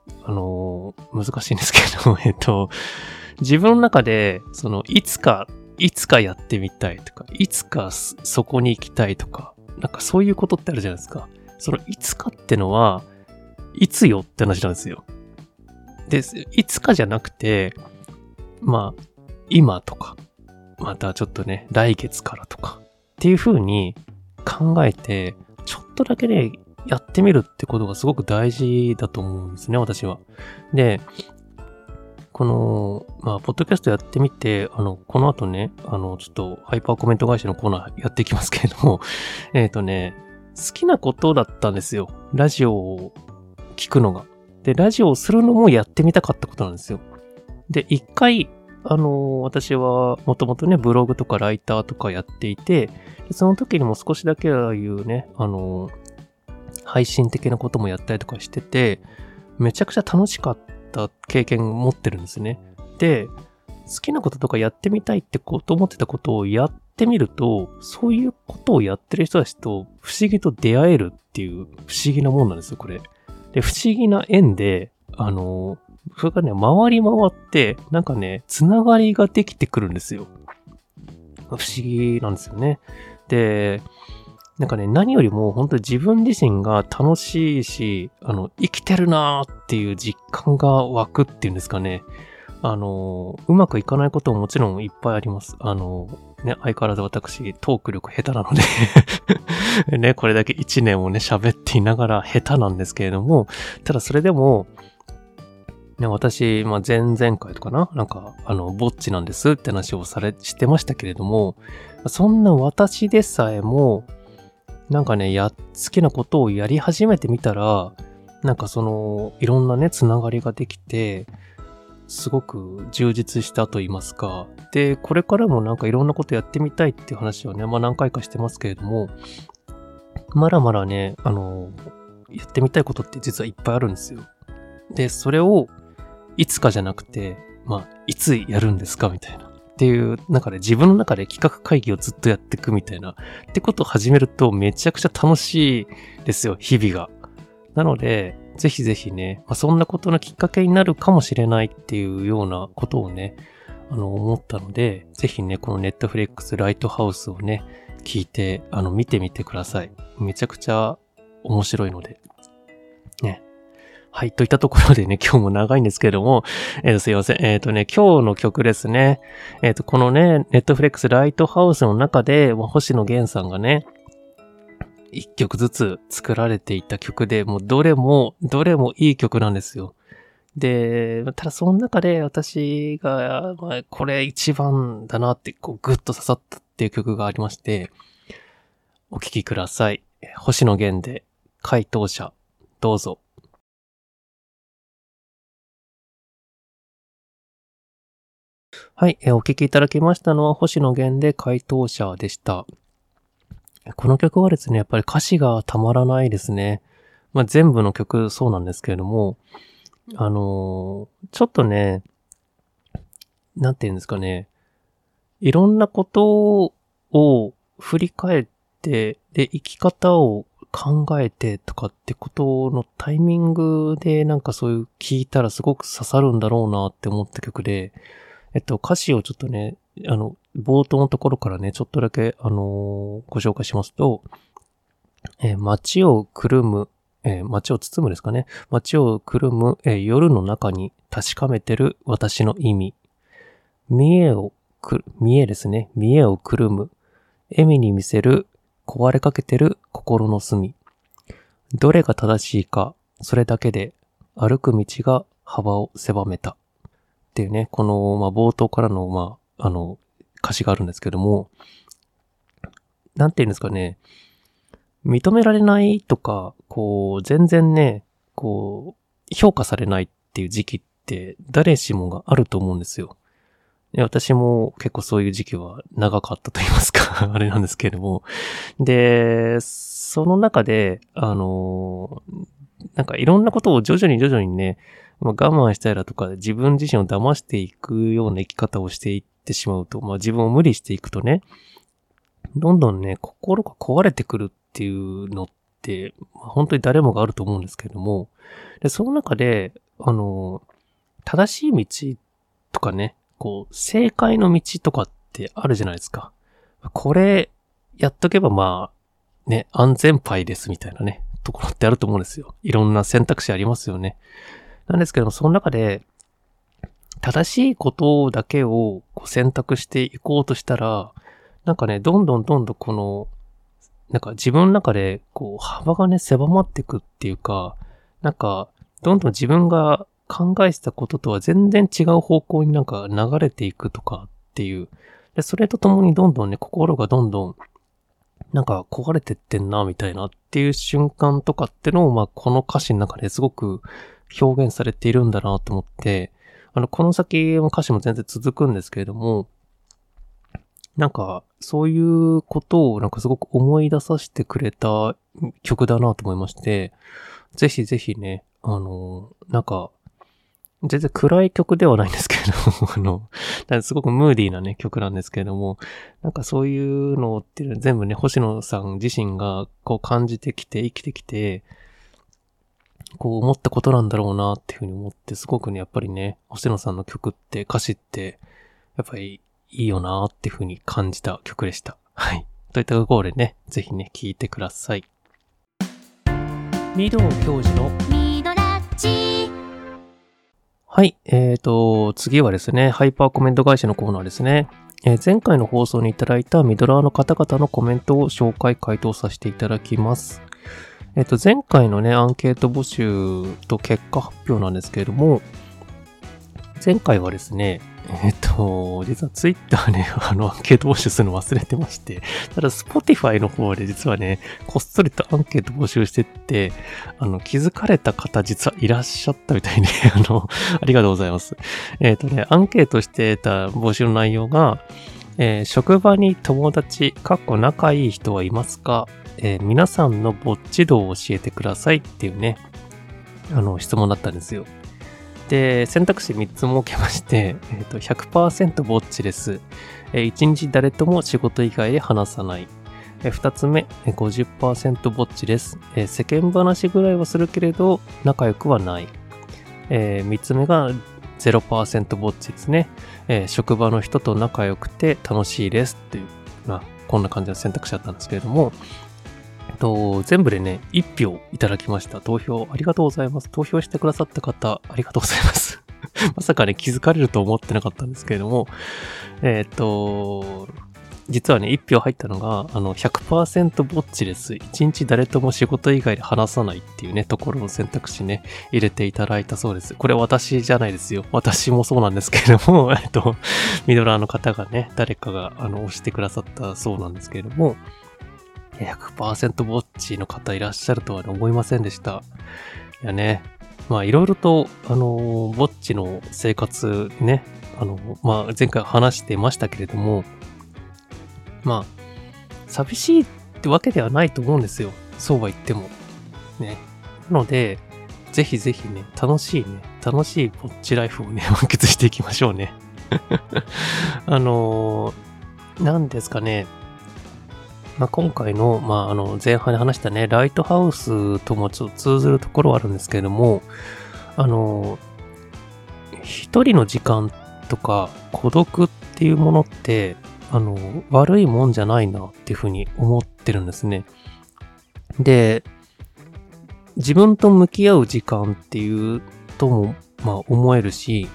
難しいんですけど、自分の中で、いつかやってみたいとか、いつかそこに行きたいとか、なんかそういうことってあるじゃないですか。そのいつかってのは、いつよって話なんですよ。で、いつかじゃなくて、まあ、今とか、またちょっとね、来月からとか、っていう風に考えて、ちょっとだけね、やってみるってことがすごく大事だと思うんですね、私は。で、ポッドキャストやってみて、この後ね、ちょっとハイパーコメント返しのコーナーやっていきますけれども、好きなことだったんですよ。ラジオを聞くのが。で、ラジオをするのもやってみたかったことなんですよ。で、一回、私はもともとね、ブログとかライターとかやっていて、でその時にも少しだけああいうね、配信的なこともやったりとかしてて、めちゃくちゃ楽しかった経験を持ってるんですね。で、好きなこととかやってみたいってこと思ってたことをやってみると、そういうことをやってる人たちと不思議と出会えるっていう不思議なもんなんですよ、これ。で、不思議な縁で、それがね、回り回って、なんかね、つながりができてくるんですよ。不思議なんですよね。で、なんかね、何よりも本当に自分自身が楽しいし、生きてるなーっていう実感が湧くっていうんですかね。うまくいかないことももちろんいっぱいあります。相変わらず私、トーク力下手なのでね、これだけ1年をね、喋っていながら下手なんですけれども、ただそれでも、ね、私、前々回とかな、なんか、ぼっちなんですって話をしてましたけれども、そんな私でさえも、なんかね、好きなことをやり始めてみたら、なんかいろんなね、つながりができて、すごく充実したと言いますか。で、これからもなんかいろんなことやってみたいっていう話をね、何回かしてますけれども、まだまだね、やってみたいことって実はいっぱいあるんですよ。で、それを、いつかじゃなくて、いつやるんですかみたいな。っていう、なんかね、自分の中で企画会議をずっとやっていくみたいな。ってことを始めるとめちゃくちゃ楽しいですよ、日々が。なので、ぜひぜひね、そんなことのきっかけになるかもしれないっていうようなことをね、思ったので、ぜひね、このネットフレックスライトハウスをね、聞いて、見てみてください。めちゃくちゃ面白いので。ね。はい。といったところでね、今日も長いんですけれども、すいません。今日の曲ですね。このね、ネットフレックスライトハウスの中で、星野源さんがね、一曲ずつ作られていた曲で、もうどれもいい曲なんですよ。で、ただその中で私が、これ一番だなって、こう、グッと刺さったっていう曲がありまして、お聴きください。星野源で、回答者、どうぞ。はい、お聴きいただきましたのは星野源で回答者でした。この曲はですね、やっぱり歌詞がたまらないですね。全部の曲そうなんですけれども、ちょっとね、なんていうんですかね、いろんなことを振り返って、で、生き方を考えてとかってことのタイミングでなんかそういう聞いたらすごく刺さるんだろうなって思った曲で、歌詞をちょっとね、冒頭のところからね、ちょっとだけ、ご紹介しますと、街をくるむ、街を包むですかね。街をくるむ、夜の中に確かめてる私の意味。見栄ですね。見栄をくるむ。笑みに見せる、壊れかけてる心の隅。どれが正しいか、それだけで歩く道が幅を狭めた。っていうね、この、冒頭からの、歌詞があるんですけども、なんていうんですかね、認められないとか、こう、全然ね、こう、評価されないっていう時期って誰しもがあると思うんですよ。私も結構そういう時期は長かったと言いますか、あれなんですけれども。で、その中で、なんかいろんなことを徐々にね、我慢したりだとか自分自身を騙していくような生き方をしていってしまうと、自分を無理していくとね、どんどんね、心が壊れてくるっていうのって、本当に誰もがあると思うんですけれども、で、その中で、 正しい道とかね、こう、正解の道とかってあるじゃないですか。これ、やっとけばまあ、ね、安全牌ですみたいなね、ところってあると思うんですよ。いろんな選択肢ありますよね。なんですけども、その中で、正しいことだけを選択していこうとしたら、なんかね、どんどんこの、なんか自分の中で、こう、幅がね、狭まっていくっていうか、なんか、どんどん自分が考えてたこととは全然違う方向になんか流れていくとかっていう。で、それとともにどんどんね、心がどんどん、なんか壊れてってんな、みたいなっていう瞬間とかってのを、まあ、この歌詞の中ですごく表現されているんだなと思って、この先の歌詞も全然続くんですけれども、なんか、そういうことをなんかすごく思い出させてくれた曲だなと思いまして、ぜひぜひね、なんか、全然暗い曲ではないんですけれども、すごくムーディーなね、曲なんですけれども、なんかそういうのっていうのは全部ね、星野さん自身がこう感じてきて、生きてきて、こう思ったことなんだろうなっていうふうに思って、すごくね、やっぱりね、星野さんの曲って歌詞って、やっぱりいいよなーっていう風に感じた曲でした。はい。といったところでね、ぜひね、聴いてください。御堂教授のミドラジ。 はい。次はですね、ハイパーコメント返しのコーナーですね。前回の放送にいただいたミドラーの方々のコメントを紹介、回答させていただきます。前回のね、アンケート募集と結果発表なんですけれども、前回はですね、実はツイッターね、アンケート募集するの忘れてまして、ただ Spotify の方で実はね、こっそりとアンケート募集してって、気づかれた方実はいらっしゃったみたいで、ありがとうございます。アンケートしてた募集の内容が、職場に友達、仲いい人はいますか？皆さんのぼっち道を教えてくださいっていうね、質問だったんですよ。で、選択肢3つ設けまして、100% ぼっちです。1日誰とも仕事以外で話さない。2つ目、50% ぼっちです。世間話ぐらいはするけれど、仲良くはない。3つ目が 0% ぼっちですね。職場の人と仲良くて楽しいですっていう、まあ、こんな感じの選択肢だったんですけれども、全部でね、1票いただきました。投票ありがとうございます。投票してくださった方、ありがとうございます。まさかね、気づかれると思ってなかったんですけれども、実はね、1票入ったのが、100% ぼっちです。1日誰とも仕事以外で話さないっていうね、ところの選択肢ね、入れていただいたそうです。これ私じゃないですよ。私もそうなんですけれども、ミドラーの方がね、誰かが、押してくださったそうなんですけれども、100% ぼっちの方いらっしゃるとは思いませんでした。いやね、まあいろいろと、ぼっちの生活ね、まあ前回話してましたけれども、まあ、寂しいってわけではないと思うんですよ。そうは言っても。ね。なので、ぜひぜひね、楽しいぼっちライフをね、満喫していきましょうね。なんですかね。まあ、今回の、まあ、前半で話したね、ライトハウスともちょっと通ずるところはあるんですけれども、一人の時間とか孤独っていうものって、悪いもんじゃないなっていうふうに思ってるんですね。で、自分と向き合う時間っていうとも、まあ思えるし、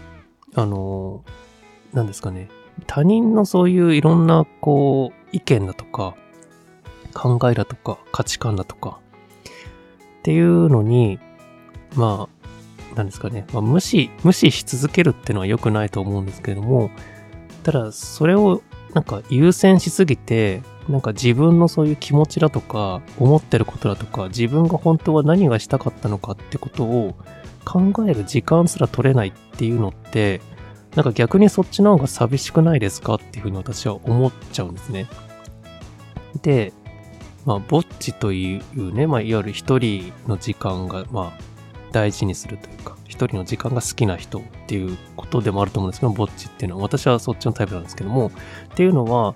なんですかね、他人のそういういろんな、こう、意見だとか、考えだとか、価値観だとか、っていうのに、まあ、なんですかね、まあ、無視し続けるっていうのは良くないと思うんですけれども、ただ、それをなんか優先しすぎて、なんか自分のそういう気持ちだとか、思ってることだとか、自分が本当は何がしたかったのかってことを考える時間すら取れないっていうのって、なんか逆にそっちの方が寂しくないですかっていうふうに私は思っちゃうんですね。で、まあ、ぼっちというね、まあ、いわゆる一人の時間が、まあ、大事にするというか、一人の時間が好きな人っていうことでもあると思うんですけど、ぼっちっていうのは、私はそっちのタイプなんですけども、っていうのは、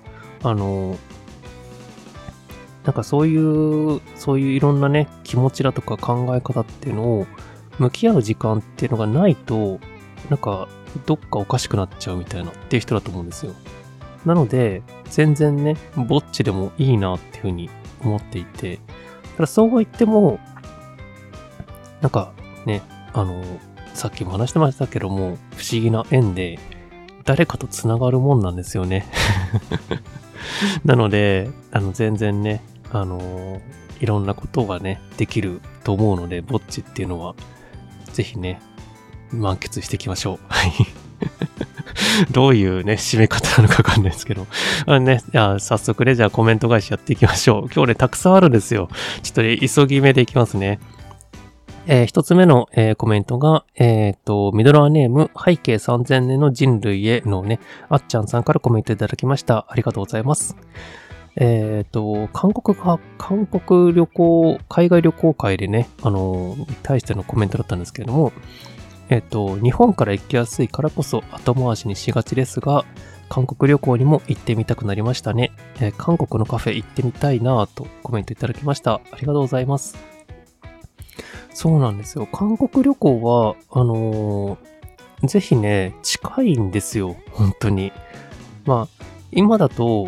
なんかそういういろんなね、気持ちだとか考え方っていうのを、 向き合う時間っていうのがないと、なんか、どっかおかしくなっちゃうみたいなっていう人だと思うんですよ。なので、全然ね、ぼっちでもいいなっていうふうに思っていて、ただそうは言っても、なんかね、さっきも話してましたけども、不思議な縁で、誰かとつながるもんなんですよね。なので、全然ね、いろんなことがね、できると思うので、ぼっちっていうのは、ぜひね、満喫していきましょう。はい。どういうね、締め方なのかわかんないですけど。早速ね、じゃあコメント返しやっていきましょう。今日ね、たくさんあるんですよ。ちょっとね、急ぎ目でいきますね。一つ目の、コメントが、ミドラーネーム、背景3000年の人類へのね、あっちゃんさんからコメントいただきました。ありがとうございます。韓国旅行、海外旅行会でね、対してのコメントだったんですけれども、日本から行きやすいからこそ後回しにしがちですが、韓国旅行にも行ってみたくなりましたね。韓国のカフェ行ってみたいなぁとコメントいただきました。ありがとうございます。そうなんですよ。韓国旅行は、ぜひね、近いんですよ。本当に。まあ、今だと、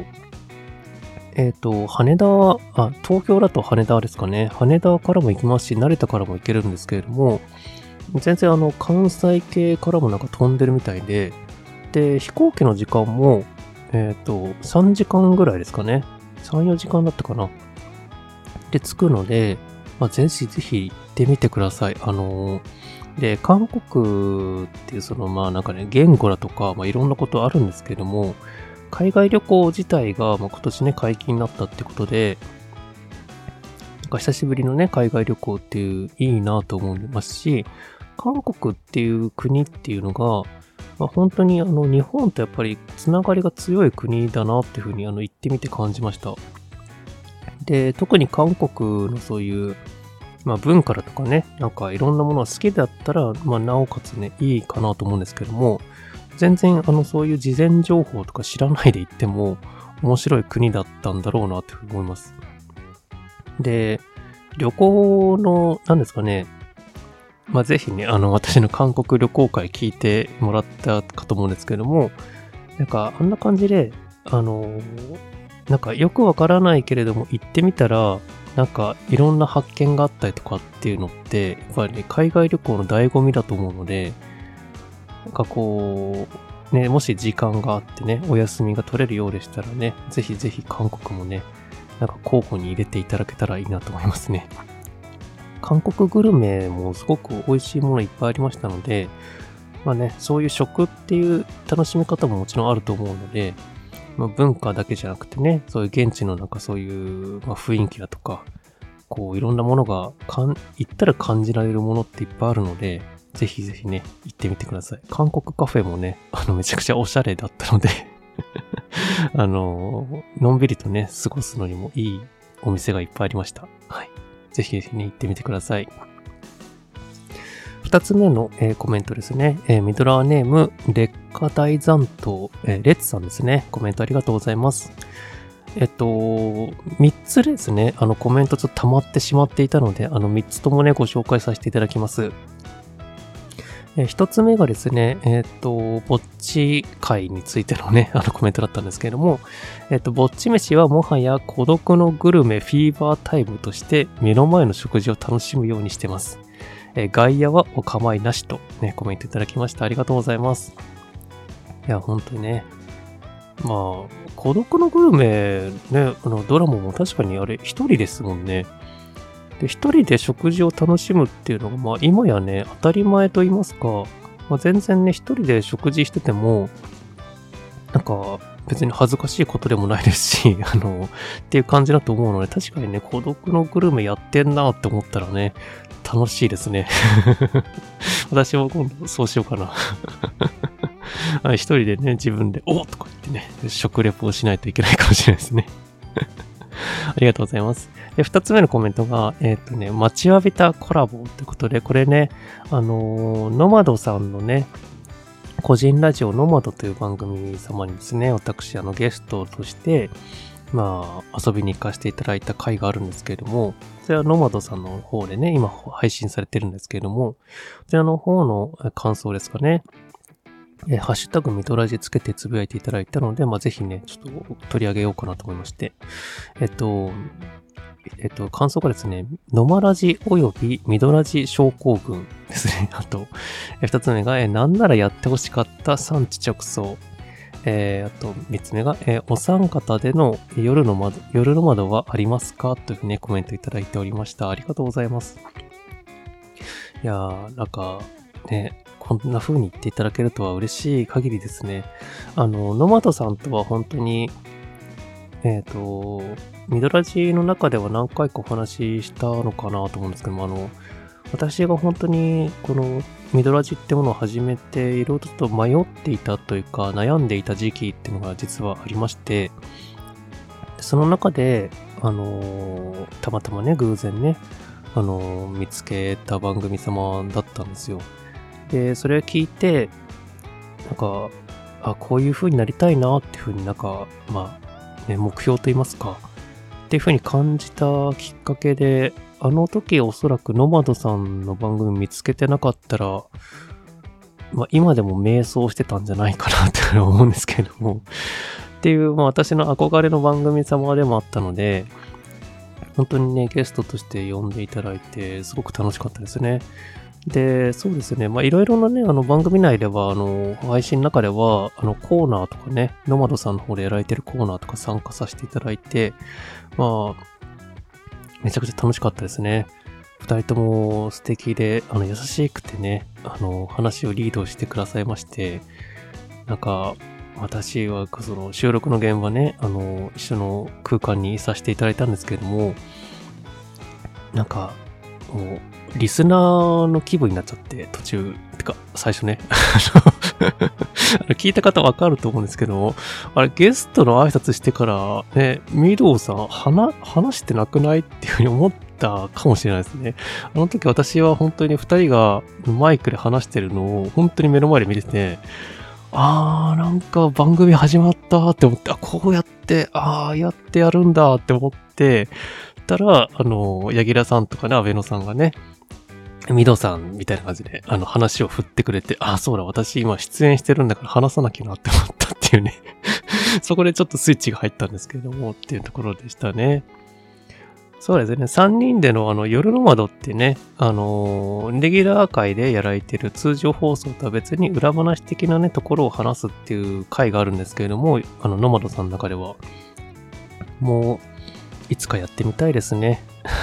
東京だと羽田ですかね。羽田からも行きますし、成田からも行けるんですけれども、全然関西系からもなんか飛んでるみたいで、で、飛行機の時間も、3時間ぐらいですかね。3、4時間だったかな。で、着くので、ぜひぜひ行ってみてください。で、韓国っていうなんかね、言語だとか、いろんなことあるんですけども、海外旅行自体が、今年ね、解禁になったってことで、なんか久しぶりのね、海外旅行っていういいなと思いますし、韓国っていう国っていうのが、本当に日本とやっぱりつながりが強い国だなっていうふうに行ってみて感じました。で、特に韓国のそういう、文化だとかね、なんかいろんなものが好きだったら、なおかつね、いいかなと思うんですけども、全然そういう事前情報とか知らないで行っても面白い国だったんだろうなというふうに思います。で、旅行の、なんですかね、ぜひね、私の韓国旅行会聞いてもらったかと思うんですけども、なんか、あんな感じで、なんかよくわからないけれども、行ってみたら、なんかいろんな発見があったりとかっていうのって、やっぱりね、海外旅行の醍醐味だと思うので、なんかこう、ね、もし時間があってね、お休みが取れるようでしたらね、ぜひぜひ韓国もね、なんか候補に入れていただけたらいいなと思いますね。韓国グルメもすごく美味しいものいっぱいありましたので、そういう食っていう楽しみ方ももちろんあると思うので、文化だけじゃなくてね、そういう現地のなんかそういう、雰囲気だとか、こういろんなものが行ったら感じられるものっていっぱいあるので、ぜひぜひね、行ってみてください。韓国カフェもね、めちゃくちゃおしゃれだったのでのんびりとね、過ごすのにもいいお店がいっぱいありました。はい。ぜひぜひね、行ってみてください。二つ目の、コメントですね。ミドラーネーム、劣化大残党、レッツさんですね。コメントありがとうございます。3つですね、コメントちょっと溜まってしまっていたので、3つともね、ご紹介させていただきます。1つ目がですね、ぼっち会についてのね、コメントだったんですけれども、ぼっち飯はもはや孤独のグルメフィーバータイムとして目の前の食事を楽しむようにしてます。外野はお構いなしとね、コメントいただきました。ありがとうございます。いや、本当にね。孤独のグルメね、ドラマも確かにあれ、一人ですもんね。で、一人で食事を楽しむっていうのが、今やね、当たり前と言いますか、全然ね、一人で食事してても、なんか、別に恥ずかしいことでもないですし、っていう感じだと思うので、確かにね、孤独のグルメやってんなって思ったらね、楽しいですね。私も今度そうしようかな。一人でね、自分で、おーとか言ってね、食レポをしないといけないかもしれないですね。ありがとうございます。で、二つ目のコメントが、待ちわびたコラボということで、これね、ノマドさんのね、個人ラジオノマドという番組様にですね、私、ゲストとして、 遊びに行かせていただいた回があるんですけれども、それはノマドさんの方でね、今配信されてるんですけれども、こちらの方の感想ですかね。ハッシュタグミドラジつけてつぶやいていただいたので、ぜひね、ちょっと取り上げようかなと思いまして。感想がですね、ノマラジおよびミドラジ症候群ですね。あと、二つ目が、なんならやってほしかった産地直送。あと、三つ目が、お三方での夜の窓はありますかというね、コメントいただいておりました。ありがとうございます。いやー、なんか、ね、こんな風に言っていただけるとは嬉しい限りですね。ノマドさんとは本当に、ミドラジの中では何回かお話ししたのかなと思うんですけども、私が本当にこのミドラジってものを始めていろいろと迷っていたというか悩んでいた時期っていうのが実はありまして、その中で、たまたまね、偶然ね、見つけた番組様だったんですよ。で、それを聞いて、なんか、こういう風になりたいなっていう風に目標と言いますか、っていう風に感じたきっかけで、あの時おそらくノマドさんの番組見つけてなかったら、今でも迷走してたんじゃないかなって思うんですけれども、っていう、私の憧れの番組様でもあったので、本当にね、ゲストとして呼んでいただいて、すごく楽しかったですね。で、そうですね。いろいろなね、番組内では、配信の中では、コーナーとかね、ノマドさんの方でやられてるコーナーとか参加させていただいて、めちゃくちゃ楽しかったですね。二人とも素敵で、優しくてね、話をリードしてくださいまして、なんか、私は、その収録の現場ね、一緒の空間にいさせていただいたんですけれども、なんか、もう、リスナーの気分になっちゃって、途中、最初ね、聞いた方わかると思うんですけど、ゲストの挨拶してから、ね、ミドウさん、話してなくないっていうふうに思ったかもしれないですね。あの時私は本当に二人がマイクで話してるのを本当に目の前で見てて、なんか番組始まったって思って、こうやって、やってやるんだって思ってたら、柳楽さんとかね、阿部野さんがね、ミドさんみたいな感じで、話を振ってくれて、そうだ、私今出演してるんだから話さなきゃなって思ったっていうね。そこでちょっとスイッチが入ったんですけれども、っていうところでしたね。そうですね。3人での夜の窓ってね、レギュラー界でやられてる通常放送とは別に裏話的なね、ところを話すっていう回があるんですけれども、ノマドさんの中では、もう、いつかやってみたいですね。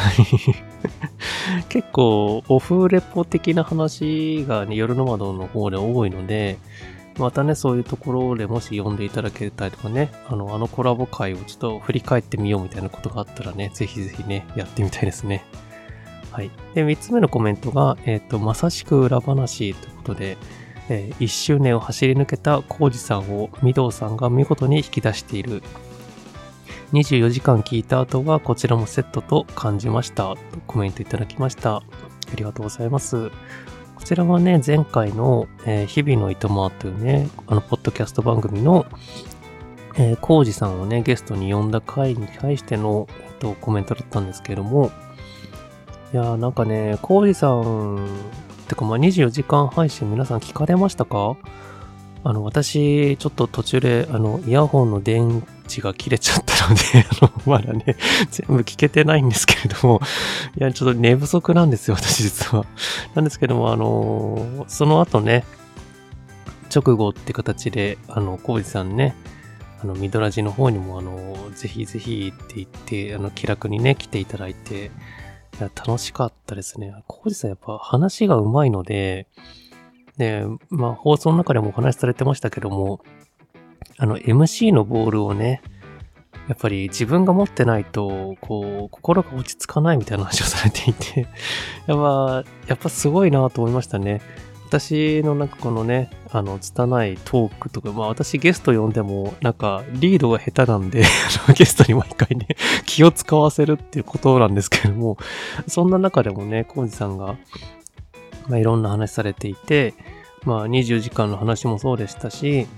結構、オフレポ的な話がね、夜の窓の方で多いので、またね、そういうところでもし読んでいただけたりとかね、コラボ会をちょっと振り返ってみようみたいなことがあったらね、ぜひぜひね、やってみたいですね。はい。で、3つ目のコメントが、まさしく裏話ということで、1周年を走り抜けたコウジさんを御堂さんが見事に引き出している。24時間聞いた後はこちらもセットと感じました。とコメントいただきました。ありがとうございます。こちらはね、前回の、日々のいとまというね、ポッドキャスト番組の、コウジさんをね、ゲストに呼んだ回に対しての、コメントだったんですけれども、いやーなんかね、コウジさん、てか24時間配信皆さん聞かれましたか？私、ちょっと途中で、イヤホンの電池が切れちゃったので、まだね、全部聞けてないんですけれども、いや、ちょっと寝不足なんですよ、私実は。なんですけども、その後ね、直後って形で、コウジさんね、ミドラジの方にも、ぜひぜひって言って、気楽にね、来ていただいて、いや、楽しかったですね。コウジさんやっぱ話が上手いので、で、放送の中でもお話しされてましたけども、MC のボールをね、やっぱり自分が持ってないと、心が落ち着かないみたいな話をされていて、やっぱすごいなと思いましたね。私のなんかこのね、拙いトークとか、私ゲスト呼んでも、なんかリードが下手なんで、ゲストに毎回ね、気を使わせるっていうことなんですけども、そんな中でもね、コウジさんが、いろんな話されていて、20時間の話もそうでしたし、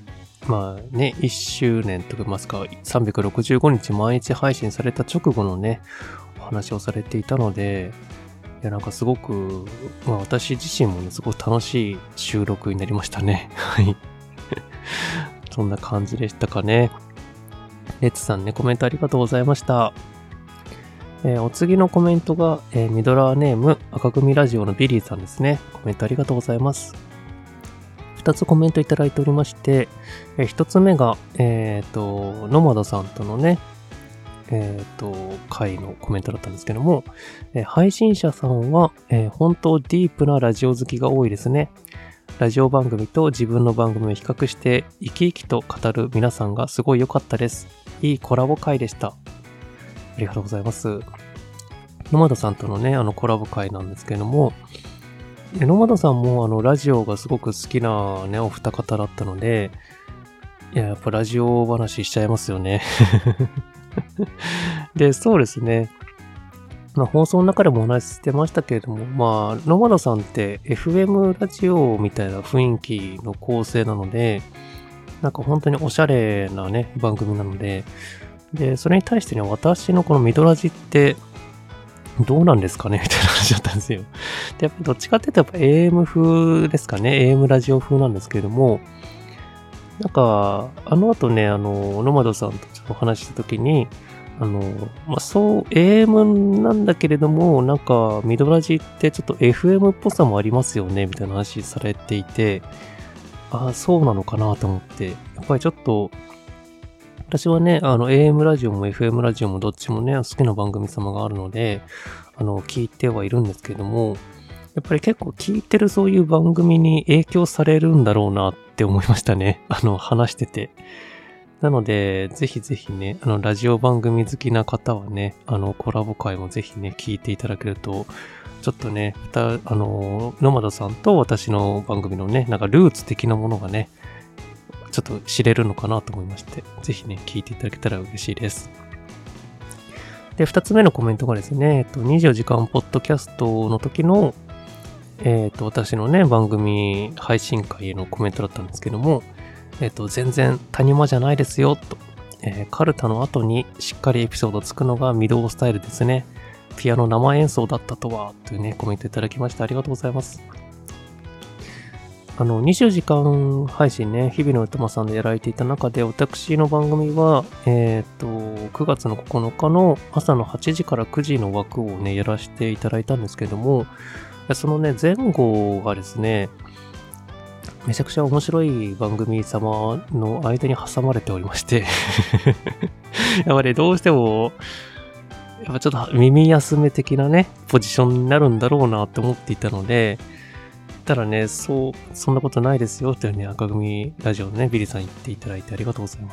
まあね、1周年といいますか、365日毎日配信された直後のね、お話をされていたので、いや、なんかすごく、まあ私自身もね、すごく楽しい収録になりましたね。はい。そんな感じでしたかね。レッツさんね、コメントありがとうございました。お次のコメントが、ミドラーネーム赤組ラジオのビリーさんですね。コメントありがとうございます。2つコメントいただいておりまして、1つ目が、ノマドさんとのね、回のコメントだったんですけども、配信者さんは、本当ディープなラジオ好きが多いですね。ラジオ番組と自分の番組を比較して生き生きと語る皆さんがすごい良かったです。いいコラボ回でした。ありがとうございます。ノマドさんとのね、コラボ会なんですけども、ノマドさんもラジオがすごく好きなね、お二方だったので、やっぱラジオ話しちゃいますよね。で、そうですね。まあ、放送の中でもお話ししてましたけれども、まあ、ノマドさんって FM ラジオみたいな雰囲気の構成なので、なんか本当におしゃれなね、番組なので、で、それに対してね、私のこのミドラジってどうなんですかねみたいな話だったんですよ。で、やっぱりどっちかっていうとやっぱ AM 風ですかね。AM ラジオ風なんですけれども、なんか、後ね、ノマドさんとちょっとお話ししたときに、まあ、そう、AM なんだけれども、なんか、ミドラジってちょっと FM っぽさもありますよね、みたいな話されていて、ああ、そうなのかなと思って、やっぱりちょっと、私はね、AM ラジオも FM ラジオもどっちもね、好きな番組様があるので、聞いてはいるんですけれども、やっぱり結構聞いてるそういう番組に影響されるんだろうなって思いましたね。話してて。なので、ぜひぜひね、ラジオ番組好きな方はね、コラボ会もぜひね、聞いていただけると、ちょっとね、ノマドさんと私の番組のね、なんかルーツ的なものがね、ちょっと知れるのかなと思いまして、ぜひね、聞いていただけたら嬉しいです。で、2つ目のコメントがですね、24時間ポッドキャストの時の、私のね、番組配信会へのコメントだったんですけども、全然谷間じゃないですよ、と。カルタの後にしっかりエピソードつくのがミドスタイルですね。ピアノ生演奏だったとは、というね、コメントいただきましてありがとうございます。24時間配信ね、日々の歌間さんでやられていた中で、私の番組は、9月の9日の朝の8時から9時の枠をね、やらせていただいたんですけども、そのね、前後がですね、めちゃくちゃ面白い番組様の間に挟まれておりましてやっぱりどうしても、やっぱちょっと耳休め的なね、ポジションになるんだろうなって思っていたので、ただね、そんなことないですよというね、赤組ラジオのね、ビリさん言っていただいてありがとうございます。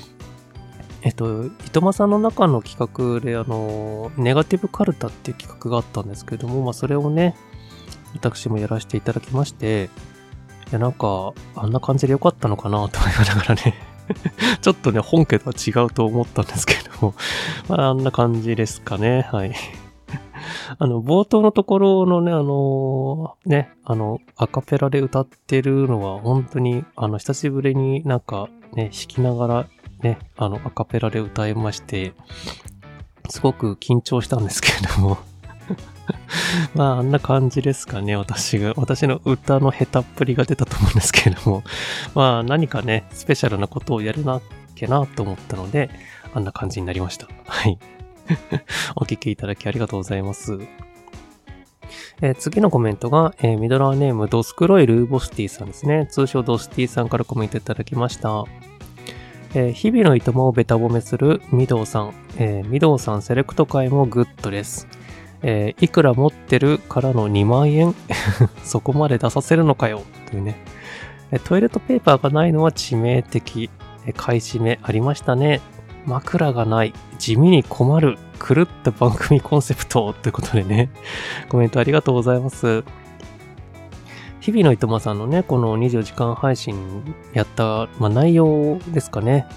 糸間さんの中の企画で、ネガティブカルタっていう企画があったんですけれども、まあ、それをね、私もやらせていただきまして、いや、なんか、あんな感じでよかったのかなと思いながらね、ちょっとね、本家とは違うと思ったんですけれども、まあ、あんな感じですかね、はい。冒頭のところのね、アカペラで歌ってるのは、本当に、久しぶりになんかね、弾きながらね、アカペラで歌いまして、すごく緊張したんですけれども、まあ、あんな感じですかね、私の歌の下手っぷりが出たと思うんですけれども、まあ、何かね、スペシャルなことをやるなきゃなと思ったので、あんな感じになりました。はい。お聞きいただきありがとうございます。次のコメントが、ミドラーネームドスクロイルーボスティさんですね。通称ドスティさんからコメントいただきました。日々のいとまをベタ褒めするミドウさん。ミドウさんセレクト会もグッドです。いくら持ってるからの2万円そこまで出させるのかよというね。トイレットペーパーがないのは致命的。買い占めありましたね。枕がない。地味に困る。狂った番組コンセプトということでね。コメントありがとうございます。日々のいとまさんのね、この24時間配信やった、内容ですかね。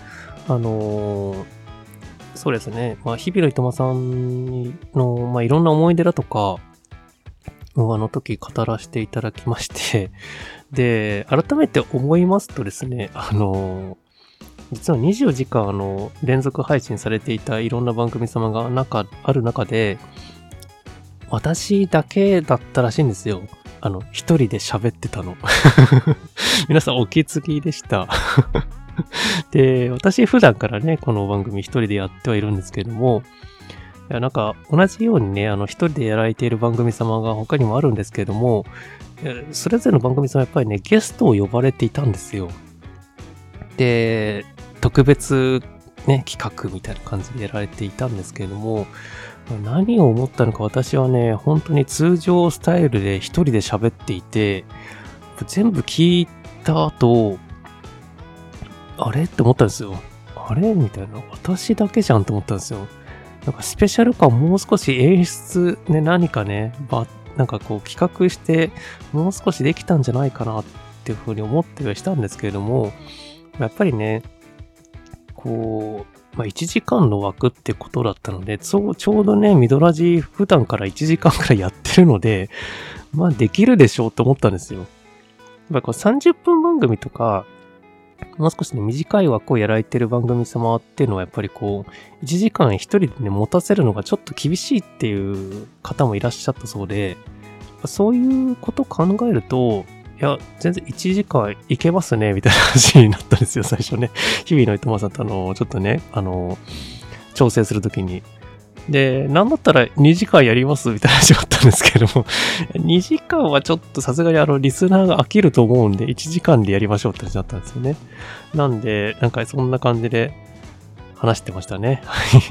そうですね。日々のいとまさんの、いろんな思い出だとか、あの時語らせていただきまして、 で、改めて思いますとですね、実は24時間連続配信されていたいろんな番組様がある中で、私だけだったらしいんですよ。一人で喋ってたの。皆さんお気づきでした。で、私普段からね、この番組一人でやってはいるんですけども、いやなんか同じようにね、一人でやられている番組様が他にもあるんですけども、それぞれの番組様はやっぱりね、ゲストを呼ばれていたんですよ。で、特別ね、企画みたいな感じでやられていたんですけれども、何を思ったのか私はね、本当に通常スタイルで一人で喋っていて、全部聞いた後、あれって思ったんですよ。あれみたいな。私だけじゃんと思ったんですよ。なんかスペシャル感もう少し演出ね、何かね、なんかこう企画してもう少しできたんじゃないかなっていうふうに思ってはしたんですけれども、やっぱりね、こう、1時間の枠ってことだったので、ちょうどね、ミドラジ普段から1時間くらいやってるので、できるでしょうと思ったんですよ。やっぱりこう30分番組とか、もう少しね、短い枠をやられてる番組様っていうのはやっぱりこう、1時間一人でね、持たせるのがちょっと厳しいっていう方もいらっしゃったそうで、そういうこと考えると、いや、全然1時間いけますね、みたいな話になったんですよ、最初ね。日々の糸間さんとちょっとね、調整するときに。で、なんだったら2時間やりますみたいな話があったんですけども、2時間はちょっとさすがにリスナーが飽きると思うんで、1時間でやりましょうって話だったんですよね。なんで、なんかそんな感じで話してましたね。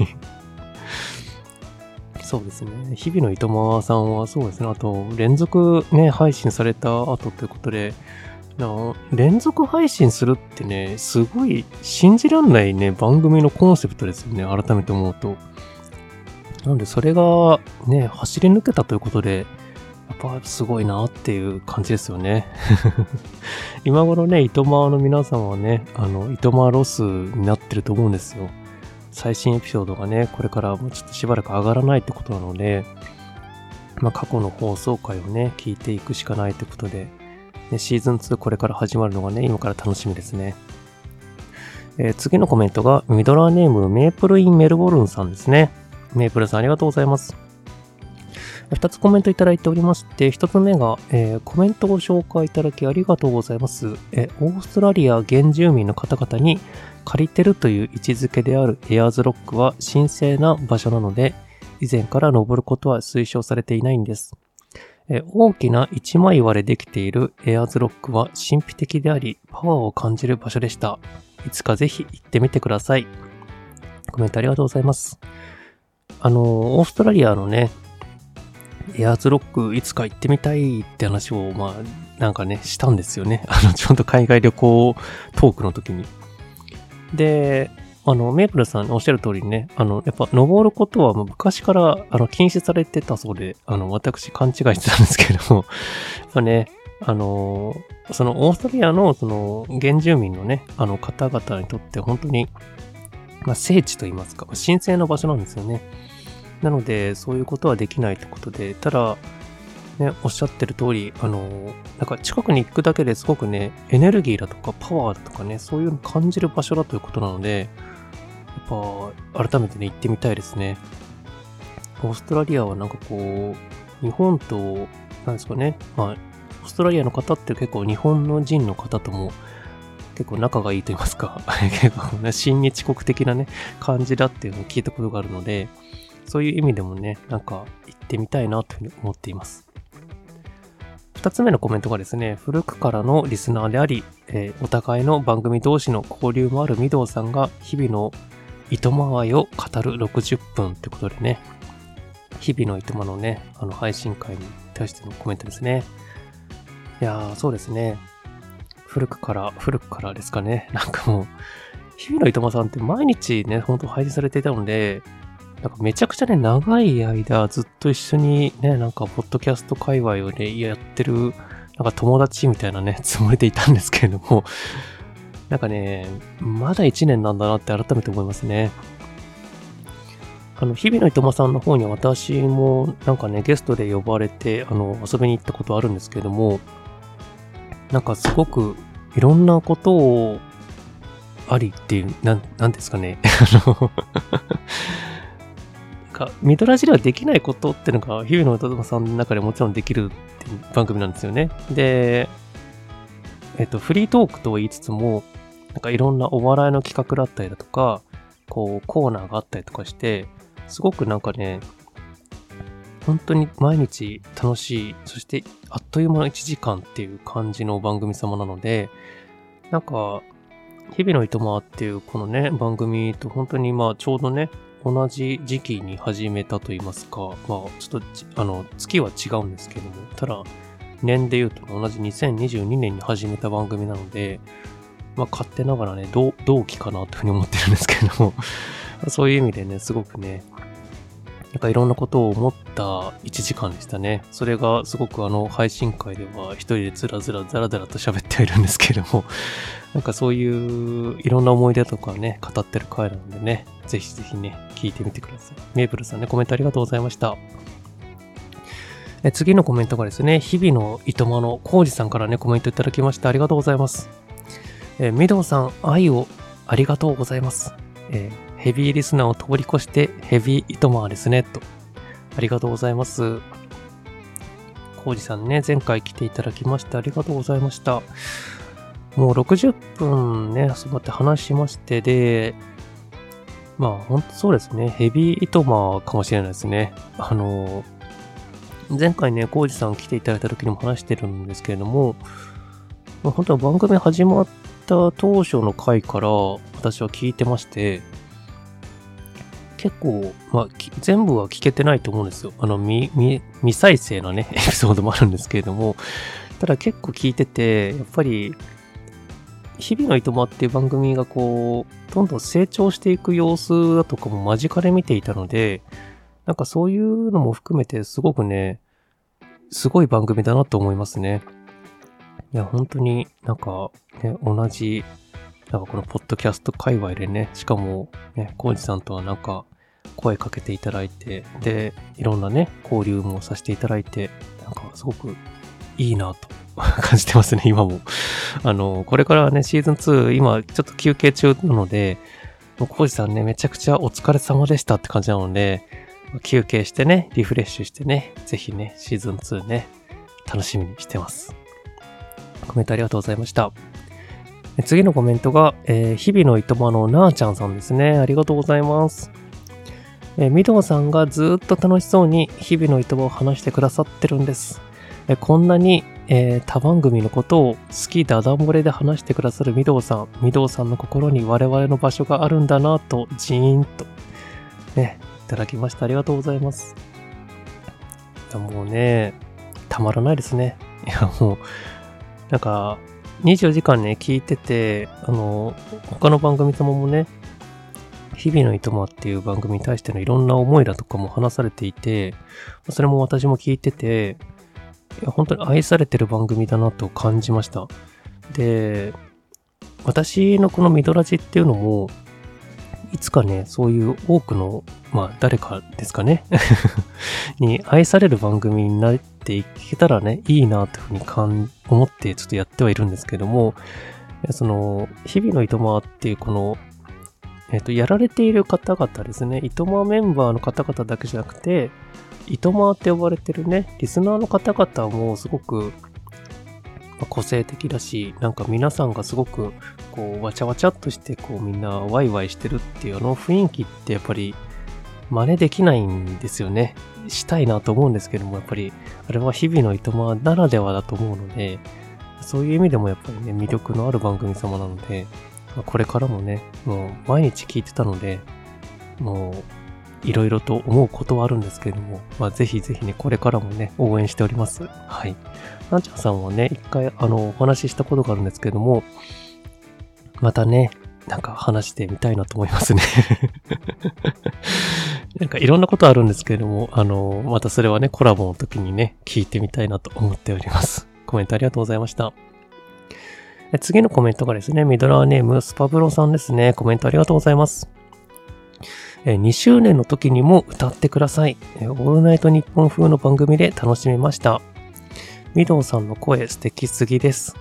そうですね。日々の糸間さんはそうですね。あと、連続ね、配信された後ということで、連続配信するってね、すごい信じらんないね、番組のコンセプトですよね。改めて思うと。なので、それがね、走り抜けたということで、やっぱすごいなっていう感じですよね。今頃ね、糸間の皆さんはね、糸間ロスになってると思うんですよ。最新エピソードがね、これからもうちょっとしばらく上がらないってことなので、過去の放送回をね、聞いていくしかないってことで、ね、シーズン2これから始まるのがね、今から楽しみですね。次のコメントが、ミドラーネームメープルインメルボルンさんですね。メープルさんありがとうございます。2つコメントいただいておりまして、1つ目が、コメントを紹介いただきありがとうございます。オーストラリア原住民の方々に借りてるという位置づけであるエアーズロックは神聖な場所なので、以前から登ることは推奨されていないんです。大きな一枚岩でできているエアーズロックは神秘的であり、パワーを感じる場所でした。いつかぜひ行ってみてください。コメントありがとうございます。オーストラリアのね、エアーズロックいつか行ってみたいって話を、なんかね、したんですよね。ちょうど海外旅行トークの時に。で、メープルさんおっしゃる通りにね、やっぱ登ることはもう昔から禁止されてたそうで、私勘違いしてたんですけども、やっぱね、そのオーストラリアのその原住民のね、方々にとって本当に、聖地と言いますか、神聖な場所なんですよね。なので、そういうことはできないということで、ただ、ね、おっしゃってる通り、なんか近くに行くだけですごくね、エネルギーだとかパワーだとかね、そういうのを感じる場所だということなので、やっぱ、改めてね、行ってみたいですね。オーストラリアはなんかこう、日本と、なんですかね、オーストラリアの方って結構日本の人の方とも結構仲がいいと言いますか、結構ね、親日国的なね、感じだっていうのを聞いたことがあるので、そういう意味でもね、なんか行ってみたいなというふうに思っています。2つ目のコメントがですね、古くからのリスナーであり、お互いの番組同士の交流もある御堂さんが日々の糸間愛を語る60分ということでね、日々の糸間のね、配信会に対してのコメントですね。いやー、そうですね。古くからですかね。なんかもう、日々の糸間さんって毎日ね、ほんと配信されていたので、なんかめちゃくちゃね、長い間ずっと一緒にね、なんかポッドキャスト界隈をね、やってる、なんか友達みたいなね、つもりでいたんですけれども、なんかね、まだ1年なんだなって改めて思いますね。日々の糸間さんの方には私もなんかね、ゲストで呼ばれて、遊びに行ったことあるんですけれども、 なんかすごくいろんなことをありっていう、なんですかね。ミドラジではできないことっていうのが、日々の歌友さんの中でもちろんできるっていう番組なんですよね。で、フリートークと言いつつも、なんかいろんなお笑いの企画だったりだとか、こう、コーナーがあったりとかして、すごくなんかね、本当に毎日楽しい、そしてあっという間の1時間っていう感じの番組様なので、なんか、日々のいとまっていうこのね、番組と本当にちょうどね、同じ時期に始めたと言いますか、ちょっと月は違うんですけども、ただ、年で言うと同じ2022年に始めた番組なので、勝手ながらね、同期かなというふうに思ってるんですけども、そういう意味でね、すごくね、なんかいろんなことを思った1時間でしたね。それがすごく配信会では一人でザラザラと喋ってはいるんですけども、なんかそういういろんな思い出とかね、語ってる回なのでね、ぜひぜひね、聞いてみてください。メープルさんね、コメントありがとうございました。次のコメントがですね、日々のいとまのコウジさんからね、コメントいただきましてありがとうございます。ミドウさん、愛をありがとうございます。ヘビーリスナーを通り越してヘビーいとまですね、と。ありがとうございます。コウジさんね、前回来ていただきましてありがとうございました。もう60分ね、そうやって話しまして、で、本当そうですね、ヘビーいとまかもしれないですね。前回ね、コウジさん来ていただいた時にも話してるんですけれども、本当は番組始まった当初の回から私は聞いてまして、結構、全部は聞けてないと思うんですよ。未再生なね、エピソードもあるんですけれども、ただ結構聞いてて、やっぱり、日々のいとまっていう番組がこう、どんどん成長していく様子だとかも間近で見ていたので、なんかそういうのも含めてすごくね、すごい番組だなと思いますね。いや、本当になんかね、同じ、なんかこのポッドキャスト界隈でね、しかもね、コウジさんとはなんか声かけていただいて、で、いろんなね、交流もさせていただいて、なんかすごくいいなと感じてますね、今も。これからね、シーズン2、今ちょっと休憩中なので、コウジさんね、めちゃくちゃお疲れ様でしたって感じなので、休憩してね、リフレッシュしてね、ぜひね、シーズン2ね、楽しみにしてます。コメントありがとうございました。次のコメントが、日々のいとまのなーちゃんさんですね。ありがとうございます。みどうさんがずっと楽しそうに日々のいとまを話してくださってるんです。こんなに、他番組のことを好きだだ漏れで話してくださるみどうさんの心に我々の場所があるんだなとジーンとね、いただきました。ありがとうございます。もうね、たまらないですね。いやもうなんか24時間ね聞いてて、他の番組様もね、日々のいとまっていう番組に対してのいろんな思いだとかも話されていて、それも私も聞いてて、いや本当に愛されてる番組だなと感じました。で、私のこのミドラジっていうのも、いつかね、そういう多くの、誰かですかねに愛される番組になっていけたらね、いいなというふうに思ってちょっとやってはいるんですけども、その、日々のいとまっていうこの、やられている方々ですね、いとまメンバーの方々だけじゃなくて、いとまって呼ばれてるね、リスナーの方々もすごく個性的だし、なんか皆さんがすごくこうわちゃわちゃっとしてこうみんなワイワイしてるっていう雰囲気ってやっぱり真似できないんですよね。したいなと思うんですけども、やっぱりあれは日々のいとまならではだと思うので、そういう意味でもやっぱりね、魅力のある番組様なので、これからもね、もう毎日聞いてたので、もういろいろと思うことはあるんですけれども、ぜひぜひね、これからもね、応援しております。はい。なんちゃんさんはね、一回お話ししたことがあるんですけれども、またね、なんか話してみたいなと思いますね。なんかいろんなことあるんですけれども、またそれはね、コラボの時にね、聞いてみたいなと思っております。コメントありがとうございました。次のコメントがですね、ミドラーネームスパブロさんですね。コメントありがとうございます。2周年の時にも歌ってください。オールナイトニッポン風の番組で楽しめました。ミドウさんの声素敵すぎです。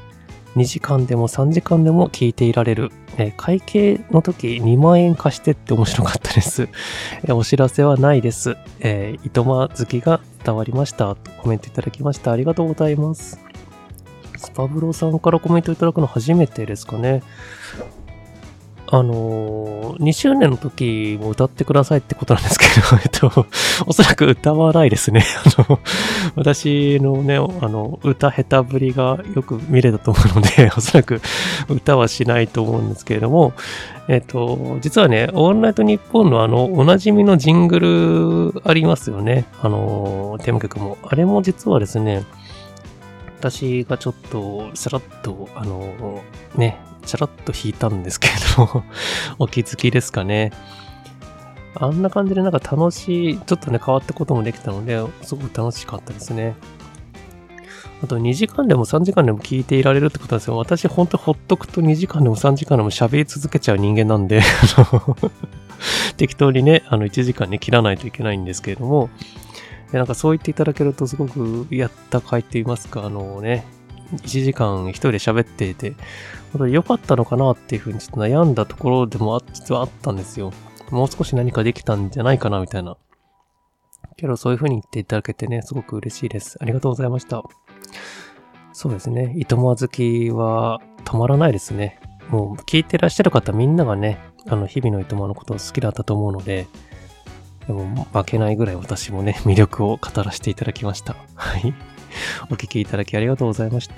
2時間でも3時間でも聞いていられる。会計の時2万円貸してって面白かったです。お知らせはないです。糸間好きが伝わりましたとコメントいただきました。ありがとうございます。スパブロさんからコメントいただくの初めてですかね。2周年の時も歌ってくださいってことなんですけど、おそらく歌わないですね。私のね、歌下手ぶりがよく見れたと思うので、おそらく歌はしないと思うんですけれども、実はね、オールナイトニッポンのおなじみのジングルありますよね。テーマ曲も。あれも実はですね、私がちょっと、さらっと、チャラッと弾いたんですけど、お気づきですかね。あんな感じでなんか楽しい、ちょっとね、変わったこともできたので、すごく楽しかったですね。あと2時間でも3時間でも聞いていられるってことなんですよ。私ほんとほっとくと2時間でも3時間でも喋り続けちゃう人間なんで、適当にね、1時間ね、切らないといけないんですけれども、なんかそう言っていただけるとすごくやった回って言いますか、1時間一人で喋っていて、本当に良かったのかなっていうふうにちょっと悩んだところでも実はあったんですよ。もう少し何かできたんじゃないかなみたいな。けどそういうふうに言っていただけてね、すごく嬉しいです。ありがとうございました。そうですね。糸間好きはたまらないですね。もう聞いてらっしゃる方みんながね、日々の糸間のことを好きだったと思うので、でも負けないぐらい私もね、魅力を語らせていただきました。はい。お聞きいただきありがとうございました。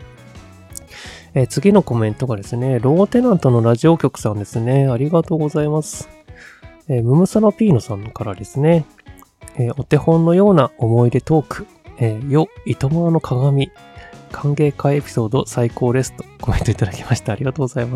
次のコメントがですね、ローテナントのラジオ局さんですね。ありがとうございます。ムムサノピーノさんからですね、お手本のような思い出トーク、糸間の鏡、歓迎会エピソード最高ですとコメントいただきました。ありがとうございます。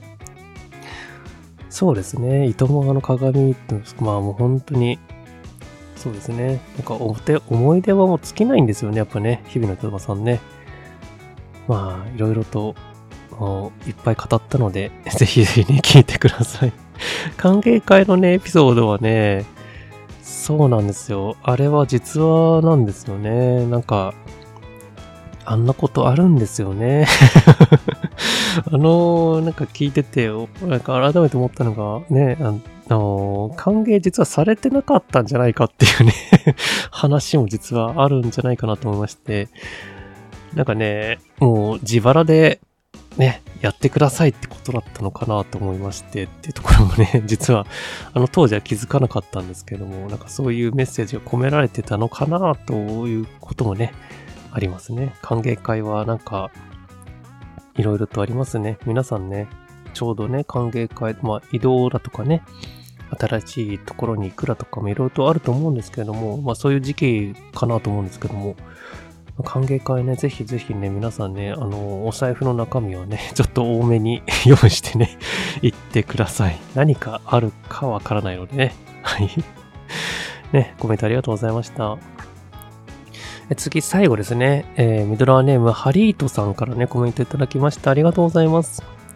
そうですね、糸間の鏡って、まあもう本当に、そうですね。なんか思い出はもう尽きないんですよね。やっぱね、日々の糸間さんね。まあ、いろいろと、いっぱい語ったので、ぜひぜひね、聞いてください。歓迎会のね、エピソードはね、そうなんですよ。あれは実話なんですよね。なんか、あんなことあるんですよね。なんか聞いてて、なんか改めて思ったのが、ね、歓迎実はされてなかったんじゃないかっていうね、話も実はあるんじゃないかなと思いまして、なんかね、もう自腹でね、やってくださいってことだったのかなと思いましてっていうところもね、実は当時は気づかなかったんですけども、なんかそういうメッセージが込められてたのかなということもね、ありますね。歓迎会はなんか、いろいろとありますね。皆さんね、ちょうどね、歓迎会、まあ移動だとかね、新しいところに行くだとかもいろいろとあると思うんですけれども、まあそういう時期かなと思うんですけども、歓迎会ね、ぜひぜひね、皆さんね、お財布の中身をね、ちょっと多めに用意してね、行ってください。何かあるかわからないのでね。はい。ね、コメントありがとうございました。次、最後ですね。ミドラーネーム、ハリートさんからね、コメントいただきました。ありがとうございます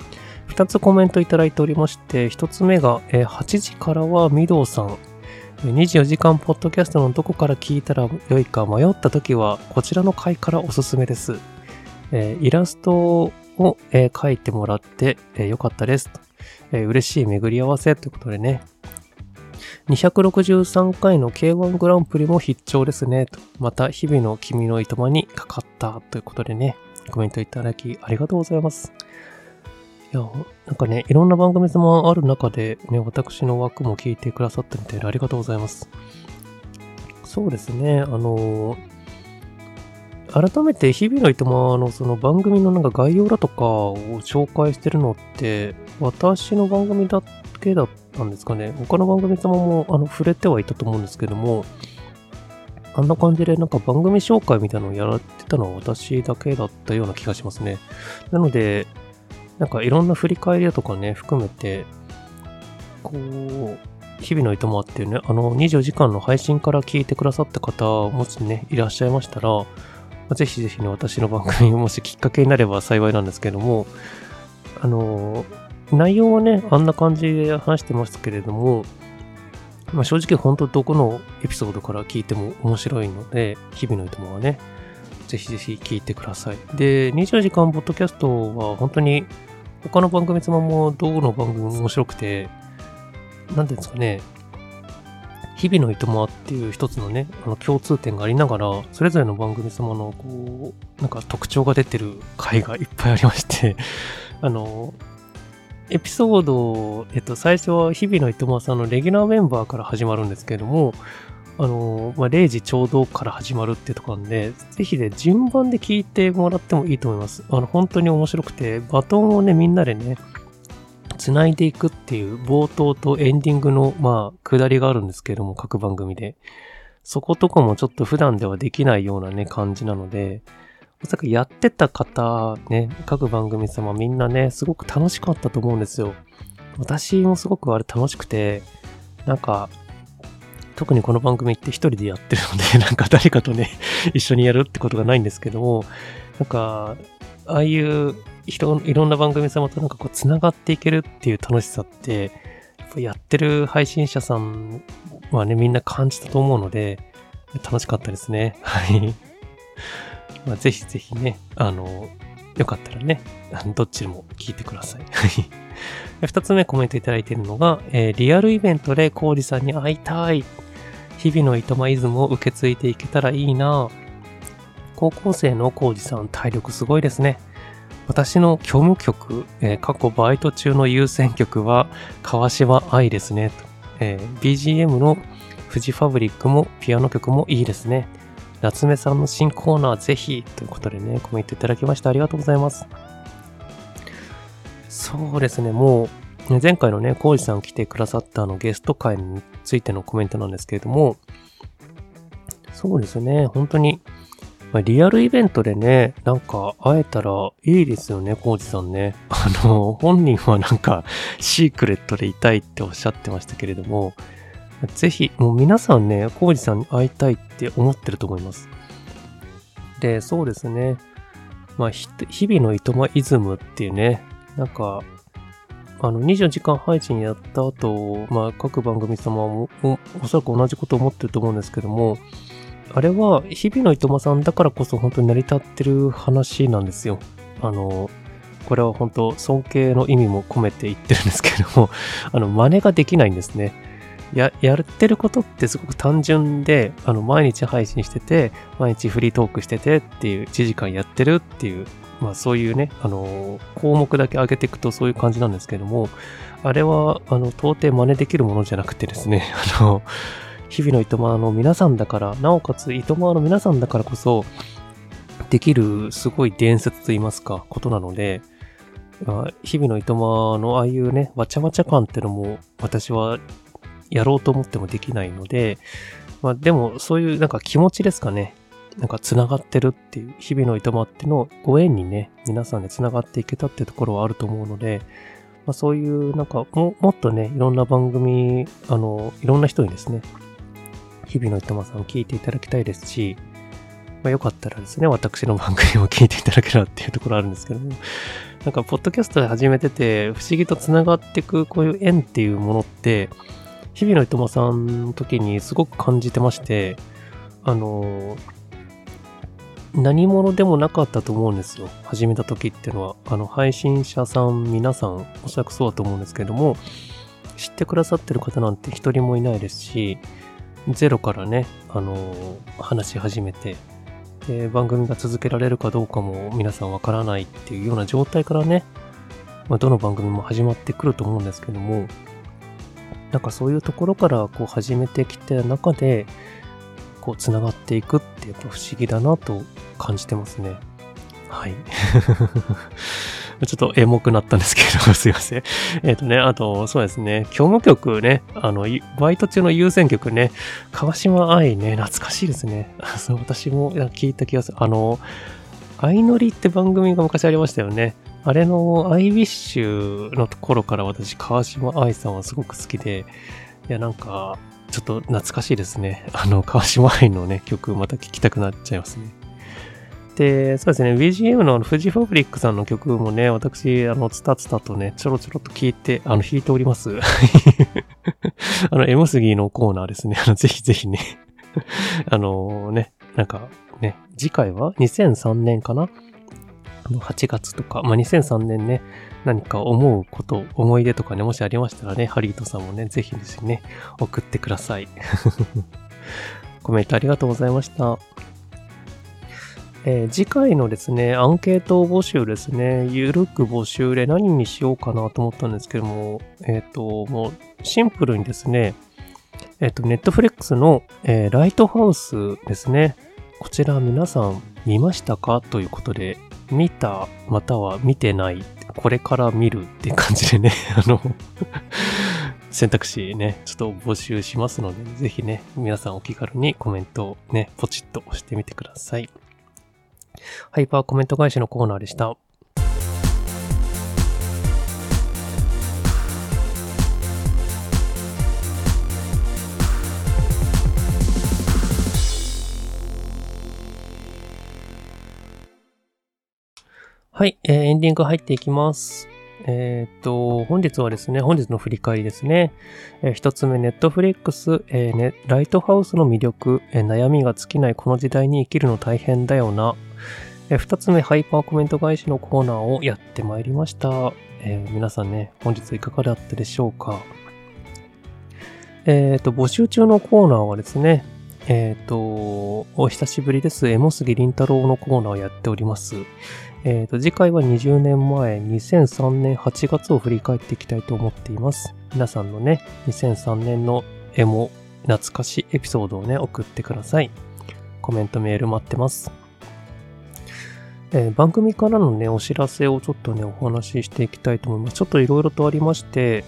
。2つコメントいただいておりまして、1つ目が、8時からはミドウさん。24時間ポッドキャストのどこから聞いたらよいか迷ったときは、こちらの回からおすすめです。イラストを、描いてもらって、よかったですと。嬉しい巡り合わせということでね。263回の K1 グランプリも必聴ですねと。また日々の君の糸間にかかったということでね、コメントいただきありがとうございます。いや、なんかね、いろんな番組もある中でね、私の枠も聞いてくださったみたいでありがとうございます。そうですね、改めて日々の糸間のその番組のなんか概要だとかを紹介してるのって、私の番組だけだったんですかね。他の番組様も触れてはいたと思うんですけども、あんな感じでなんか番組紹介みたいなのをやられてたのは私だけだったような気がしますね。なので、なんかいろんな振り返りだとかね、含めて、こう、日々の糸間っていうね、24時間の配信から聞いてくださった方、もしね、いらっしゃいましたら、ぜひぜひね、私の番組もしきっかけになれば幸いなんですけども、内容はね、あんな感じで話してますけれども、まあ、正直本当どこのエピソードから聞いても面白いので、日々の糸間はね、 ぜひぜひ聞いてください。で、24時間ポッドキャストは本当に他の番組様もどの番組も面白くて、なんていうんですかね、日々のいとまっていう一つのね、共通点がありながら、それぞれの番組様のこう、なんか特徴が出てる回がいっぱいありまして、エピソード、最初は日々のいとまさんのレギュラーメンバーから始まるんですけれども、0時ちょうどから始まるっていうところなんで、ぜひね、順番で聞いてもらってもいいと思います。本当に面白くて、バトンをね、みんなでね、繋いでいくっていう冒頭とエンディングの、下りがあるんですけれども、各番組で。そことかもちょっと普段ではできないようなね、感じなので、おそらくやってた方、ね、各番組様みんなね、すごく楽しかったと思うんですよ。私もすごくあれ楽しくて、なんか、特にこの番組って一人でやってるので、なんか誰かとね、一緒にやるってことがないんですけども、なんか、ああいういろんな番組様となんかこう繋がっていけるっていう楽しさって、やっぱやってる配信者さんはね、みんな感じたと思うので、楽しかったですね。はい。ぜひぜひね、よかったらね、どっちも聞いてください。二つ目コメントいただいているのが、リアルイベントでコウジさんに会いたい。日々のいとまイズムを受け継いでいけたらいいな。高校生のコウジさん、体力すごいですね。私の虚無曲、過去バイト中の優先曲は川島愛ですね。BGM のフジファブリックもピアノ曲もいいですね。夏目さんの新コーナーぜひということでね、コメントいただきましてありがとうございます。そうですね、もう前回のね、コウジさん来てくださったゲスト会についてのコメントなんですけれども、そうですね、本当にリアルイベントでね、なんか会えたらいいですよね、コウジさんね。本人はなんかシークレットでいたいっておっしゃってましたけれども、ぜひ、もう皆さんね、コウジさんに会いたいって思ってると思います。で、そうですね。日々のいとまイズムっていうね、なんか、24時間配信やった後、各番組様もおそらく同じことを思ってると思うんですけども、あれは日々のいとまさんだからこそ本当に成り立ってる話なんですよ。これは本当尊敬の意味も込めて言ってるんですけども、真似ができないんですね。やってることってすごく単純で、毎日配信してて、毎日フリートークしててっていう1時間やってるっていう、そういうね、項目だけ上げていくとそういう感じなんですけども、あれは、到底真似できるものじゃなくてですね、日々のいとまの皆さんだから、なおかついとまの皆さんだからこそ、できるすごい伝説と言いますか、ことなので、日々のいとまのああいうね、わちゃわちゃ感ってのも、私はやろうと思ってもできないので、でもそういうなんか気持ちですかね。なんか繋がってるっていう、日々のいとまってのご縁にね、皆さんで繋がっていけたっていうところはあると思うので、そういうなんかもっとね、いろんな番組、いろんな人にですね、日々のいとまさんを聞いていただきたいですし、よかったらですね、私の番組を聞いていただけたらっていうところあるんですけども、なんかポッドキャストで始めてて、不思議と繋がっていくこういう縁っていうものって、日々のいとまさんの時にすごく感じてまして、何者でもなかったと思うんですよ。始めた時っていうのは、配信者さん皆さん、おそらくそうだと思うんですけども、知ってくださってる方なんて一人もいないですし、ゼロからね、話し始めて、で、番組が続けられるかどうかも皆さんわからないっていうような状態からね、どの番組も始まってくると思うんですけども、なんかそういうところからこう始めてきた中で、こう繋がっていくってやっぱ不思議だなと感じてますね。はい。ちょっとエモくなったんですけど、すいません。あと、そうですね、虚無曲ね、バイト中の優先曲ね、川島愛ね、懐かしいですね。私も聞いた気がする。愛のりって番組が昔ありましたよね。あれのアイウィッシュのところから私、川島愛さんはすごく好きで、なんか、ちょっと懐かしいですね。川島愛のね、曲また聴きたくなっちゃいますね。で、そうですね、BGM のフジファブリックさんの曲もね、私、ツタツタとね、ちょろちょろと聴いて、弾いております。M 杉のコーナーですね。ぜひぜひね、 なんかね、次回は2003年かな8月とか、2003年ね、何か思うこと、思い出とかね、もしありましたらね、ハリートさんもね、ぜひですね、送ってください。コメントありがとうございました。次回のですね、アンケート募集ですね、ゆるく募集で何にしようかなと思ったんですけども、もうシンプルにですね、ネットフレックスの、ライトハウスですね、こちら皆さん見ましたかということで、見たまたは見てない、これから見るっていう感じでね、選択肢ね、ちょっと募集しますので、ぜひね、皆さんお気軽にコメントをね、ポチッと押してみてください。ハイパーコメント返しのコーナーでした。はい、エンディング入っていきます。本日はですね、本日の振り返りですね。一つ目、ネットフリックス、ライトハウスの魅力、悩みが尽きないこの時代に生きるの大変だよな。二つ目、ハイパーコメント返しのコーナーをやってまいりました。皆さんね、本日いかがだったでしょうか。募集中のコーナーはですね、お久しぶりです。エモ杉凛太郎のコーナーをやっております。次回は20年前、2003年8月を振り返っていきたいと思っています。皆さんのね、2003年のエモ、懐かしいエピソードをね、送ってください。コメント、メール待ってます。番組からのね、お知らせをちょっとね、お話ししていきたいと思います。ちょっといろいろとありまして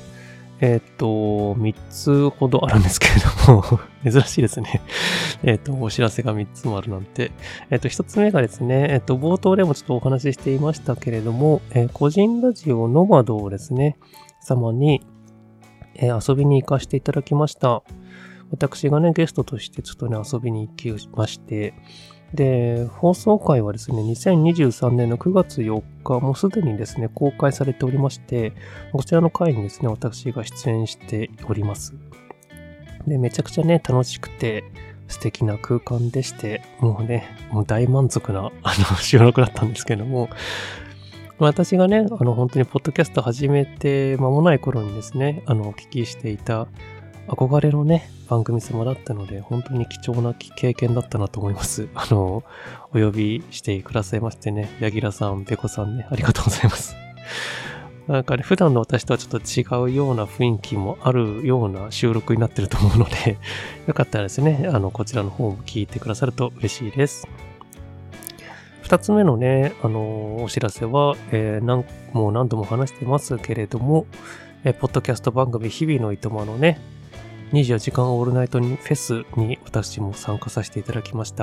、3つほどあるんですけれども、珍しいですね。お知らせが3つもあるなんて。1つ目がですね、冒頭でもちょっとお話ししていましたけれども、個人ラジオノマドをですね、様に、遊びに行かせていただきました。私がね、ゲストとしてちょっとね、遊びに行きまして、で、放送回はですね、2023年の9月4日、もうすでにですね、公開されておりまして、こちらの回にですね、私が出演しております。で、めちゃくちゃね、楽しくて、素敵な空間でして、もう大満足な、収録だったんですけども、私がね、本当にポッドキャスト始めて間もない頃にですね、お聞きしていた、憧れのね、番組様だったので、本当に貴重な経験だったなと思います。お呼びしてくださいましてね、柳楽さん、べこさんね、ありがとうございます。なんかね、普段の私とはちょっと違うような雰囲気もあるような収録になってると思うので、よかったらですね、こちらの方も聞いてくださると嬉しいです。二つ目のね、お知らせは、もう何度も話してますけれども、ポッドキャスト番組日々のいとまのね、24時間オールナイトフェスに私も参加させていただきました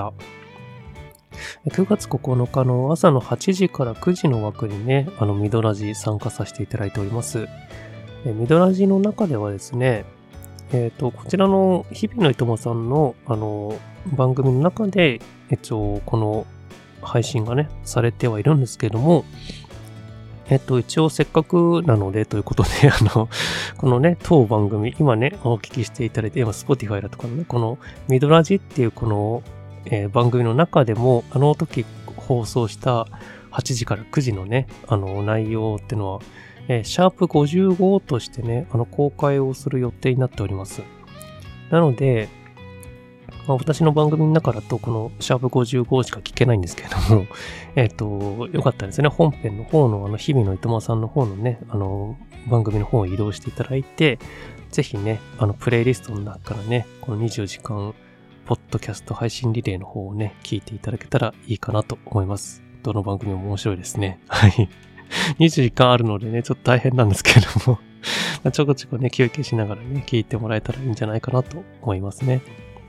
。9月9日の朝の8時から9時の枠にね、ミドラジ参加させていただいております。ミドラジの中ではですね、こちらの日々のいとまさんの、番組の中で、この配信がね、されてはいるんですけれども、一応せっかくなのでということで、このね、当番組、今ね、お聞きしていただいて、今、Spotify だとかのね、このミドラジっていうこの、番組の中でも、時放送した8時から9時のね、内容っていうのは、シャープ55としてね、公開をする予定になっております。なので、私の番組の中だとこのシャープ55しか聞けないんですけれども、よかったですね。本編の方の日々のいとまさんの方のね、番組の方を移動していただいて、ぜひね、プレイリストの中からね、この24時間ポッドキャスト配信リレーの方をね、聞いていただけたらいいかなと思います。どの番組も面白いですね。はい。20時間あるのでね、ちょっと大変なんですけれども、ちょこちょこね、休憩しながらね、聞いてもらえたらいいんじゃないかなと思いますね。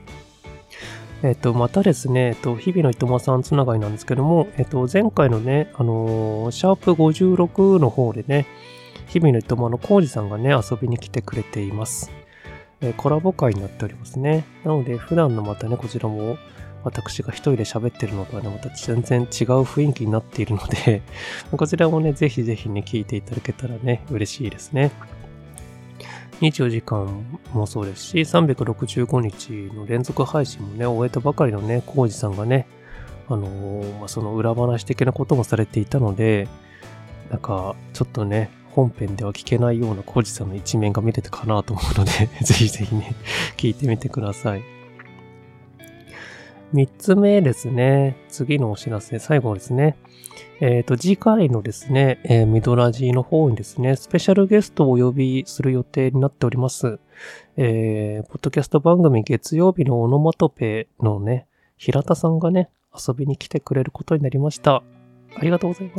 またですね、日々のいとまさんつながりなんですけども、前回のね、シャープ56の方でね、日々のいとまのコウジさんがね、遊びに来てくれています。コラボ会になっておりますね。なので、普段のまたね、こちらも、私が一人で喋ってるのとはね、また全然違う雰囲気になっているので、こちらもね、ぜひぜひね、聞いていただけたらね、嬉しいですね。 24時間もそうですし、365日の連続配信もね、終えたばかりのね、コウジさんがね、その裏話的なこともされていたので、なんか、ちょっとね、本編では聞けないようなコウジさんの一面が見れたかなと思うので、ぜひぜひね、聞いてみてください。3つ目ですね。次のお知らせ、最後ですね。次回のですね、ミドラジの方にですね、スペシャルゲストをお呼びする予定になっております。ポッドキャスト番組月曜日のオノマトペのね、平田さんがね、遊びに来てくれることになりました。ありがとうございます。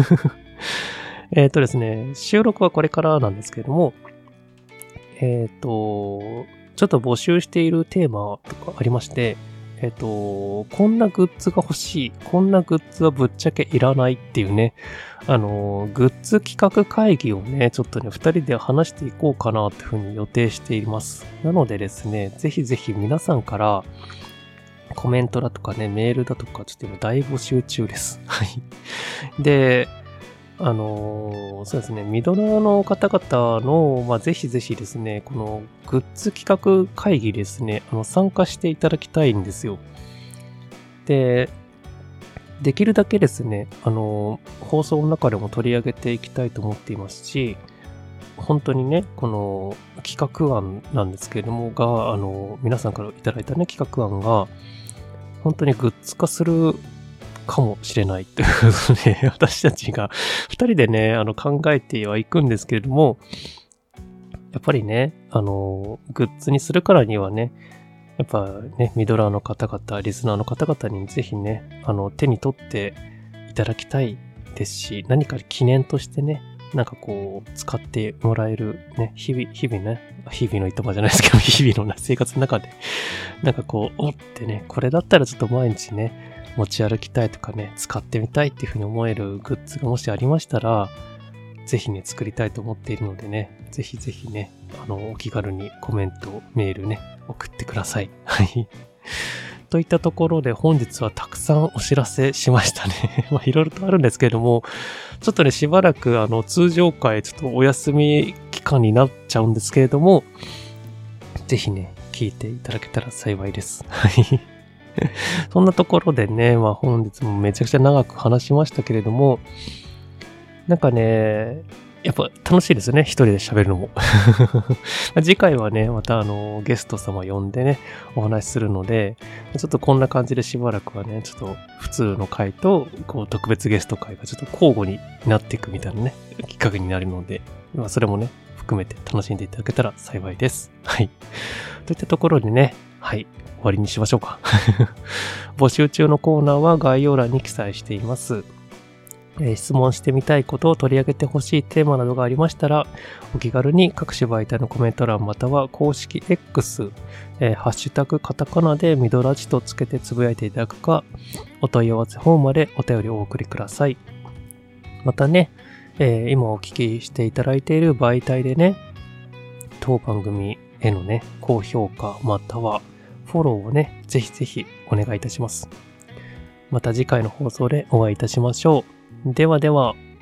ですね、収録はこれからなんですけれども、ちょっと募集しているテーマとかありまして、こんなグッズが欲しい、こんなグッズはぶっちゃけいらないっていうね、グッズ企画会議をね、ちょっとね、2人で話していこうかなっていうふうに予定しています。なのでですね、ぜひぜひ皆さんからコメントだとかね、メールだとか、ちょっと今大募集中です。はい。で、そうですね、ミドラーの方々の、ぜひぜひですね、このグッズ企画会議ですね、参加していただきたいんですよ。で、できるだけですね、放送の中でも取り上げていきたいと思っていますし、本当にね、この企画案なんですけれども、皆さんからいただいたね、企画案が、本当にグッズ化するかもしれないということで、私たちが2人でね、考えてはいくんですけれども、やっぱりね、グッズにするからにはね、やっぱね、ミドラーの方々、リスナーの方々にぜひね、手に取っていただきたいですし、何か記念としてね、なんかこう、使ってもらえるね、日々の糸間じゃないですけど、日々の生活の中で、なんかこう、おってね、これだったらちょっと毎日ね、持ち歩きたいとかね、使ってみたいっていうふうに思えるグッズがもしありましたら、ぜひね、作りたいと思っているのでね、ぜひぜひね、お気軽にコメント、メールね、送ってください。はい。といったところで本日はたくさんお知らせしましたね。いろいろとあるんですけれども、ちょっとね、しばらく通常回ちょっとお休み期間になっちゃうんですけれども、ぜひね、聞いていただけたら幸いです。はい。そんなところでね、本日もめちゃくちゃ長く話しましたけれども、なんかね、やっぱ楽しいですよね、一人で喋るのも。次回はね、またゲスト様呼んでね、お話しするので、ちょっとこんな感じでしばらくはね、ちょっと普通の回と、こう特別ゲスト回がちょっと交互になっていくみたいなね、企画になるので、それもね、含めて楽しんでいただけたら幸いです。はい。といったところでね、はい。終わりにしましょうか。募集中のコーナーは概要欄に記載しています。質問してみたいことを取り上げてほしいテーマなどがありましたら、お気軽に各種媒体のコメント欄または公式 X、ハッシュタグカタカナでミドラジとつけてつぶやいていただくか、お問い合わせフォームまでお便りをお送りください。またね、今お聞きしていただいている媒体でね、当番組へのね、高評価またはフォローをね、ぜひぜひお願いいたします。また次回の放送でお会いいたしましょう。ではでは。